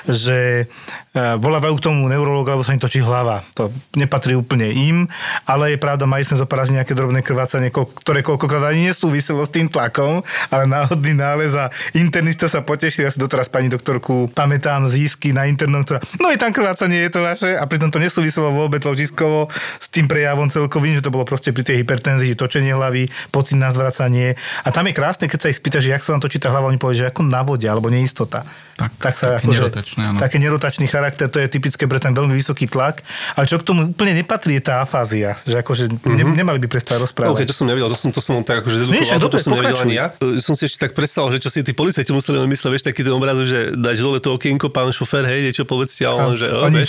že volávajú k tomu neurológa, lebo sa im točí hlava. To nepatrí úplne im, ale je pravda, mali sme zoparazniť nejaké drobné krvácanie, ktoré koľkokrát ani nesúviselo s tým tlakom, ale náhodný nález a internista sa potešil. Ja si doteraz pani doktorku pamätám získy na internom, ktorá, no je tam krvácanie, je to vaše, a pritom to nesúviselo vôbec ložiskovo s tým prejavom celkovým, že to bolo proste pri tej hypertenzii, točenie hlavy, pocit na zvracanie. A tam je krásne, keď sa ich spýtaš, že jak sa nám točí tá hlava, oni povedia, že ako na vode, alebo neistota. Tak sa také nerotačné, áno. Také nerotačný charakter, to je typické pre ten veľmi vysoký tlak, ale čo k tomu úplne nepatrí, je tá afázia, že akože nemali by prestať rozprávať. OK, to som nevedel, to som tak akože dedukoval, to som nevedel ani ja. Som si ešte tak predstavil, že čo si tí policajti museli mysleť, vieš, taký ten obraz, že dáš dole to okienko, pán šofér, hej, niečo povedzte, a on, že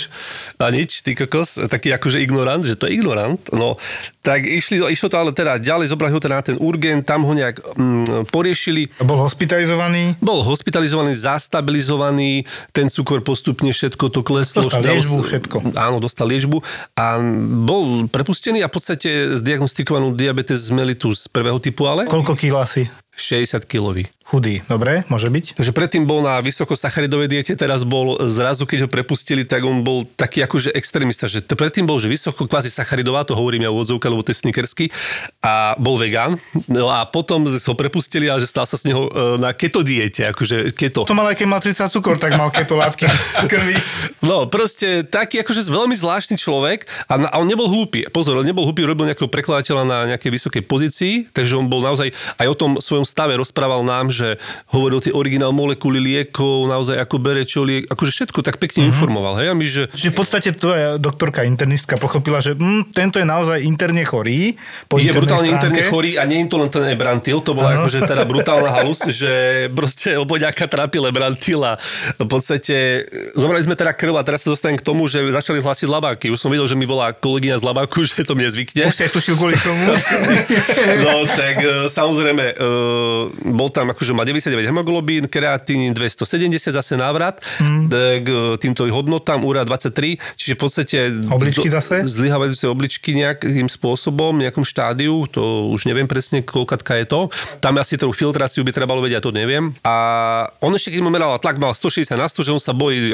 a nič, ty kokos, taký akože ignorant, že to je ignorant, no, tak išlo to ale teda ďalej, zobrali ho teda na ten urgent, tam ho nejak poriešili. Bol hospitalizovaný? Bol hospitalizovaný, zastabilizovaný, ten cukor postupne všetko to kleslo. Dostal liečbu, všetko. Áno, dostal liečbu a bol prepustený a v podstate zdiagnostikovanú diabetes mellitus prvého typu, ale... Koľko kýl asi? 60 kilový. Chudý, dobre, môže byť. Takže predtým bol na vysokosacharidovej diete, teraz bol zrazu, keď ho prepustili, tak on bol taký akože extrémista, že predtým bol, že vysoko kvázi sacharidová, to hovorím ja úvodzovka, lebo to je Snickersky, a bol vegán, no a potom ho prepustili a že stal sa z neho na keto diete, akože keto. To mal aj keď mal 30 cukor, tak mal keto látky v krvi. No, proste taký akože veľmi zvláštny človek a on nebol hlúpy. Pozor, on nebol hlúpy, robil nejakého prekladateľa na nejakej vysokej pozícii, takže on bol naozaj aj o tom svojom stave rozprával nám, že hovoril tie originál molekuly liekov, naozaj ako bere čo liek, akože všetko tak pekne informoval. Hej? A my, že... Čiže v podstate tvoja doktorka internistka pochopila, že tento je naozaj interne chorý. Je brutálne interne chorý a nie je to len ten Ebrantil, to bola akože teda brutálna halus, že proste oboďáka trápil Ebrantil a v podstate zobrali sme teda krv a teraz sa dostanem k tomu, že začali hlásiť labáky. Už som videl, že mi volá kolegyňa z labáku, že to mne zvykne. Už si aj tušil kvôli tomu. No tak samozrejme bol tam akože má 99 hemoglobín, kreatín 270 zase návrat k týmto hodnotám, úra 23, čiže v podstate obličky zase? Zlyhávajúce obličky nejakým spôsobom, nejakom štádiu, to už neviem presne, koľkatka je to. Tam asi tú filtráciu by trebalo vedieť, ja to neviem. A on ešte, keď mu meral tlak, mal 160 na 100, že on sa bojí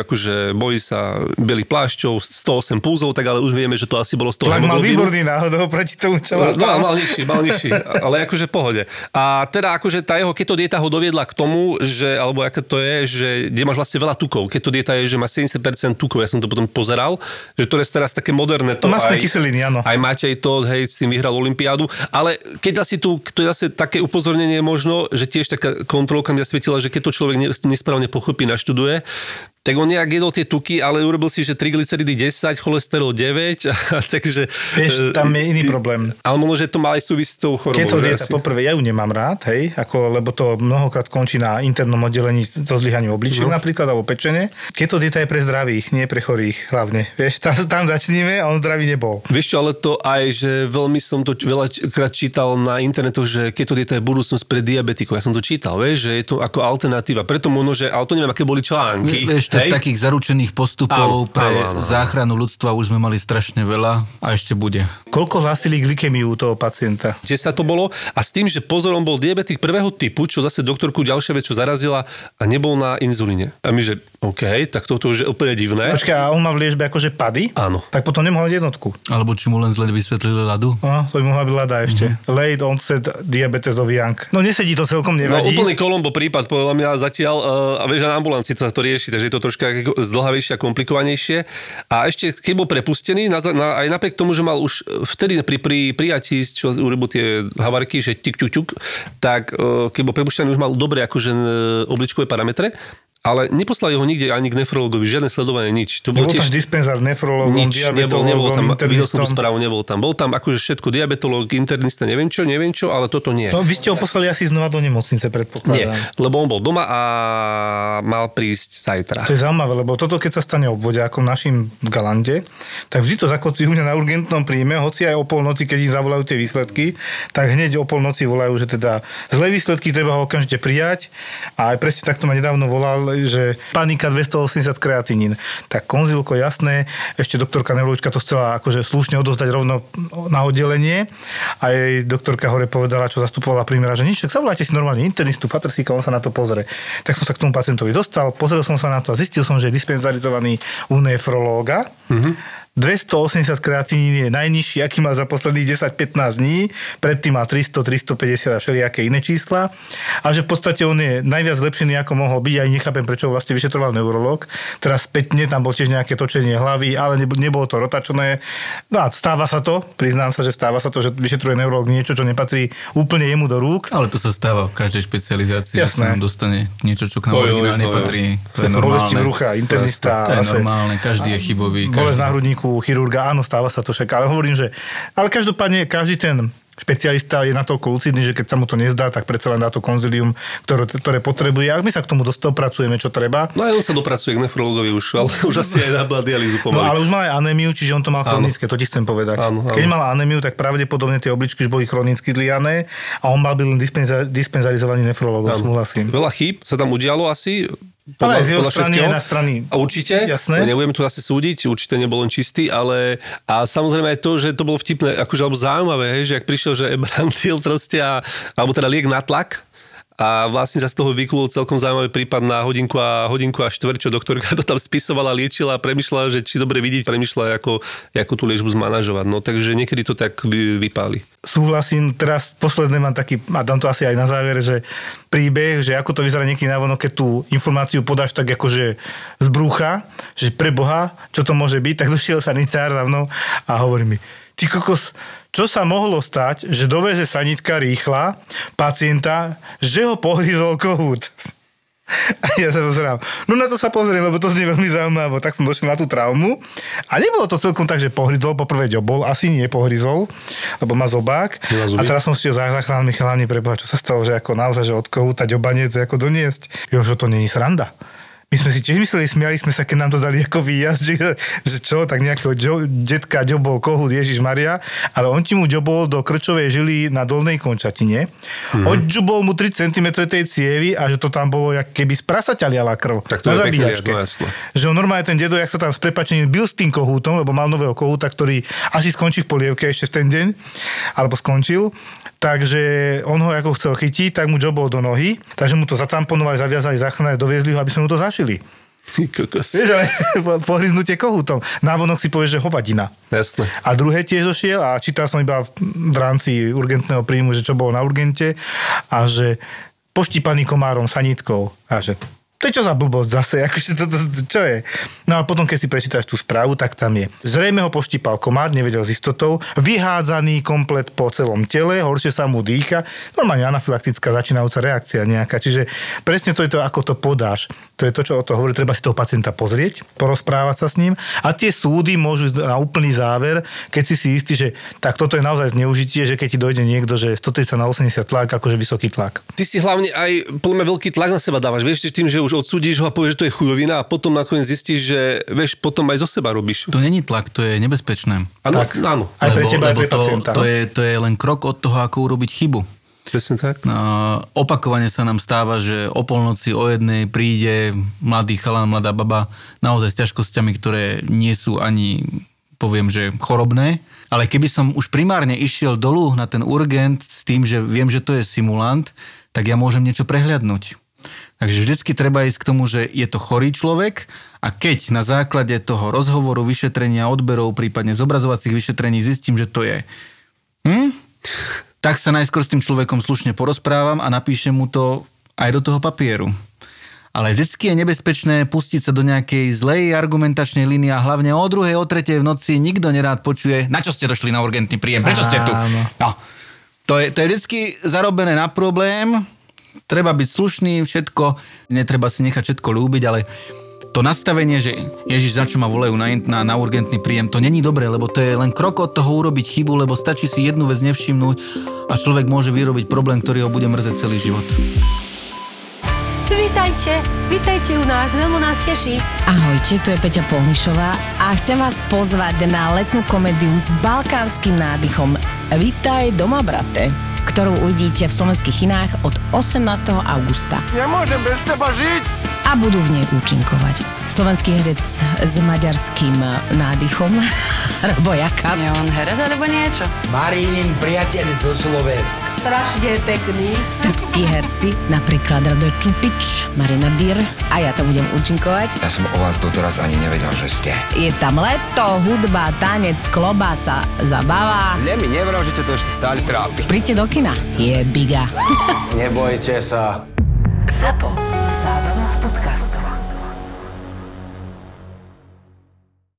sa bielých plášťov, 108 pulzov, tak ale už vieme, že to asi bolo z toho tlak hemoglobínu. mal výborný náhodou proti tomu, čo mal nižší, ale akože v pohode. A teda akože tá jeho keto dieta ho doviedla k tomu, že, alebo aké to je, že kde máš vlastne veľa tukov. Keto dieta je, že má 70% tukov, ja som to potom pozeral, že to je teraz také moderné. To masné kyseliny, áno. Aj Matej to, hej, s tým vyhral olympiádu, ale keď asi to je zase také upozornenie možno, že tiež taká kontrolka mi zasvietila, že keď to človek nesprávne pochopí, naštuduje, tak on nejak jedol tie tuky, ale urobil si, že triglyceridy 10, cholesterol 9, takže... Vieš, tam je iný problém. Ale možno, že to má aj súvisť s tou chorobou. Keto dieta, poprvé, ja ju nemám rád, hej, lebo to mnohokrát končí na internom oddelení so zlyhaním obličiek napríklad, alebo pečenie. Keto dieta je pre zdravých, nie pre chorých hlavne. Vieš, tam začníme a on zdravý nebol. Vieš čo, ale to aj, že veľmi som to veľakrát čítal na internetoch, že keto dieta je budúcnosť pre diabetikov. Ja som to čítal, vieš, že je to ako alternatíva. Preto možno, že, ale to neviem, aké boli články. Takých zaručených postupov pre záchranu ľudstva už sme mali strašne veľa a ešte bude. Koľko hlásili glykemiu toho pacienta? 10 to bolo a s tým, že pozor, on bol diabetik prvého typu, čo zase doktorku ďalšia vec, čo zarazila a nebol na inzulíne. A my, že OK, tak toto už je úplne divné. Počkaj, a on má v liečbe akože pady? Áno. Tak potom nemohol mať jednotku. Alebo či mu len zle vysvetlili ľadu? No, to by mohla byť ľada ešte. Late onset diabetes of young. No nesedí to celkom, nevadí. No úplný Colombo prípad, povedal mňa zatiaľ, a vieš, na ambulancii to sa to rieši, takže je to troška zdlhavejšie a komplikovanejšie. A ešte, keď bol prepustený, aj napriek tomu, že mal už vtedy pri prijatí, čo urobil tie havarky, že tuk, tak keď bol prepustený, už mal dobre akože obličkové parametre, ale neposlali ho nikde ani k nefrologovi, žiadne sledovanie, nič. To bol nebol tiež... tam dispenzár nefrologom, diabetologom, nebol tam, videl som internistom. správu, nebol tam. Bol tam akože všetko, diabetolog, internista, neviem čo, ale toto nie. No, vy ste ho poslali asi znova do nemocnice, predpokladám. Nie, lebo on bol doma a mal prísť zajtra. To je zaujímavé, lebo toto, keď sa stane obvodiakom našim v Galande, tak vždy to zakotví u mňa na urgentnom príjme, hoci aj o polnoci, keď im zavolajú tie výsledky, tak hneď o polnoci volajú, že teda zlé výsledky treba ho okamžite prijať. A aj presne takto ma nedávno volal, že panika 280 kreatinín. Tak konzilko, jasné, ešte doktorka neurologička to chcela akože slušne odovzdať rovno na oddelenie. A jej doktorka hore povedala, čo zastupovala primera, že nič, tak zavolajte si normálne internistu, Fatrsíka, on sa na to pozrie. Tak som sa k tomu pacientovi dostal, pozrel som sa na to a zistil som, že je dispenzarizovaný u nefrológa. 280 kreatinín je najnižší, aký mal za posledných 10-15 dní. Predtým mal 300, 350 a všelijaké iné čísla. A že v podstate on je najviac zlepšený, ako mohol byť. Aj nechápem, prečo ho vlastne vyšetroval neurolog. Teraz spätne tam bol tiež nejaké točenie hlavy, ale nebolo to rotačné. No a stáva sa to, priznám sa, že stáva sa to, že vyšetruje neurolog niečo, čo nepatrí úplne jemu do rúk. Ale to sa stáva v každej špecializácii, jasné, že sa nám dostane niečo, čo k nám originálne nepatrí. To je normálne. Bolesti brucha, internista. To je normálne, každý je chybový. Chirurga, áno, stáva sa to však, ale hovorím, že ale každopádne každý ten špecialista je natoľko lucidný, že keď sa mu to nezdá, tak predsa len dá to konzilium, ktoré potrebuje. A my sa k tomu dopracujeme, čo treba. No aj on sa dopracuje k nefrologovi už, ale už asi aj na dialýzu pomaly. No ale už mal aj anémiu, čiže on to mal chronické, to ti chcem povedať. Áno. Keď mal anémiu, tak pravdepodobne tie obličky už boli chronicky zliané a on mal byť len dispenzarizovaný nefrologom, súhlasím. Veľa chýb sa tam udialo asi. Ale z jeho strany aj na strany. Určite, jasné. Nebudeme tu asi súdiť, určite nebol len čistý, ale a samozrejme aj to, že to bolo vtipné, akože alebo zaujímavé, hej, že ak prišiel, že Ebrantil proste alebo teda liek na tlak a vlastne sa z toho vyklul celkom zaujímavý prípad na hodinku a štvrť, čo doktorka to tam spisovala, liečila a premýšľala, že či dobre vidieť, premýšľala, ako tú liečbu zmanažovať. No takže niekedy to tak vypáli. Súhlasím, teraz posledné mám taký, a dám to asi aj na záver, že príbeh, že ako to vyzerá niekedy navonok, keď tú informáciu podáš tak akože z brúcha, že pre Boha, čo to môže byť, tak došiel sanitár za mnou a hovorí mi, ty kokos, čo sa mohlo stať, že doveze sanitka rýchla pacienta, že ho pohryzol kohút. A ja sa pozerám. No na to sa pozriem, lebo to znie veľmi zaujímavé. Tak som došiel na tú traumu. A nebolo to celkom tak, že pohryzol. Poprvé ďobol, asi nie pohryzol, lebo má zobák. A teraz som si zachránil mi chalani preboha, čo sa stalo, že ako naozaj, že od kohúta ďobanec ako doniesť. Jo, že to nie je sranda. My sme si tiež mysleli, smiali sme sa, keď nám to dali ako výjazd, že čo, tak nejakého detka ďobol kohút Ježišmaria, ale on ti mu ďobol do krčovej žily na dolnej končatine, odžubol mu 3 cm tej cievy a že to tam bolo, jak keby z prasaťa liala krv. Tak to na je zabíjačke. Že on normálne ten dedo, jak sa tam s prepáčením bil s tým kohútom, lebo mal nového kohúta, ktorý asi skončí v polievke ešte v ten deň, alebo skončil. Takže on ho ako chcel chytiť, tak mu ďobol do nohy, takže mu to zatamponovali, zaviazali, zachránili, doviezli ho, aby sme mu to zašili. Vieš, ale pohryznutie kohútom. Návonok si povieš, že hovadina. Jasné. A druhé tiež došiel a čítal som iba v rámci urgentného príjmu, že čo bolo na urgente a že poštípaný komárom, sanitkou a že to je čo za blbosť zase, akože čo je? No a potom, keď si prečítaš tú správu, tak tam je. Zrejme ho poštípal komár, nevedel s istotou, vyhádzaný komplet po celom tele, horšie sa mu dýcha, normálne anafylaktická začínajúca reakcia nejaká. Čiže presne to je to, ako to podáš. To je to, čo o to hovorí, treba si toho pacienta pozrieť, porozprávať sa s ním a tie súdy môžu ísť na úplný záver, keď si istý, že tak toto je naozaj zneužitie, že keď ti dojde niekto, že 130 na 80 tlak, akože vysoký tlak. Ty si hlavne aj podľa mňa veľký tlak na seba dávaš, vieš, tým, že už odsúdiš ho a povieš, že to je chujovina a potom nakoniec zistíš, že vieš, potom aj zo seba robíš. To není tlak, to je nebezpečné. Áno. Aj pre teba, aj pre pacienta. To je len krok od toho, ako urobiť chybu. Presne tak. Opakovane sa nám stáva, že o polnoci, o 1:00 príde mladý chalan, mladá baba, naozaj s ťažkosťami, ktoré nie sú ani, poviem, že chorobné. Ale keby som už primárne išiel dolu na ten urgent s tým, že viem, že to je simulant, tak ja môžem niečo prehliadnúť. Takže vždycky treba ísť k tomu, že je to chorý človek a keď na základe toho rozhovoru, vyšetrenia, odberov, prípadne zobrazovacích vyšetrení zistím, že to je tak sa najskôr s tým človekom slušne porozprávam a napíšem mu to aj do toho papieru. Ale vždycky je nebezpečné pustiť sa do nejakej zlej argumentačnej línie a hlavne o 2:00, o 3:00 v noci nikto nerád počuje, na čo ste došli na urgentný príjem, prečo ste tu? No, to je vždycky zarobené na problém. Treba byť slušný, všetko, netreba si nechať všetko ľúbiť, ale to nastavenie, že Ježiš, za čo ma volajú na urgentný príjem, to není dobré, lebo to je len krok od toho urobiť chybu, lebo stačí si jednu vec nevšimnúť a človek môže vyrobiť problém, ktorý ho bude mrzeť celý život. Vítajte u nás, veľmi nás teší. Ahojte, tu je Peťa Polnišová a chcem vás pozvať na letnú komédiu s balkánskym nádychom Vítaj doma, brate, ktorú uvidíte v slovenských kinách od 18. augusta. Nemôžem bez teba žiť! A budú v nej účinkovať slovenský herec s maďarským nádychom, Robo Jakab. Je on herec alebo niečo? Marínin priateľ zo Slovenska. Strašne pekný. Srbskí herci, napríklad Radoj Čupič, Marina Dyr a ja to budem účinkovať. Ja som o vás doteraz ani nevedel, že ste. Je tam leto, hudba, tanec, klobása, zabava. Mi nevral, že ťa to ešte stále trápi. Príďte do kina, je biga. Nebojte sa. ZAPO. Zábrná v podcastovách.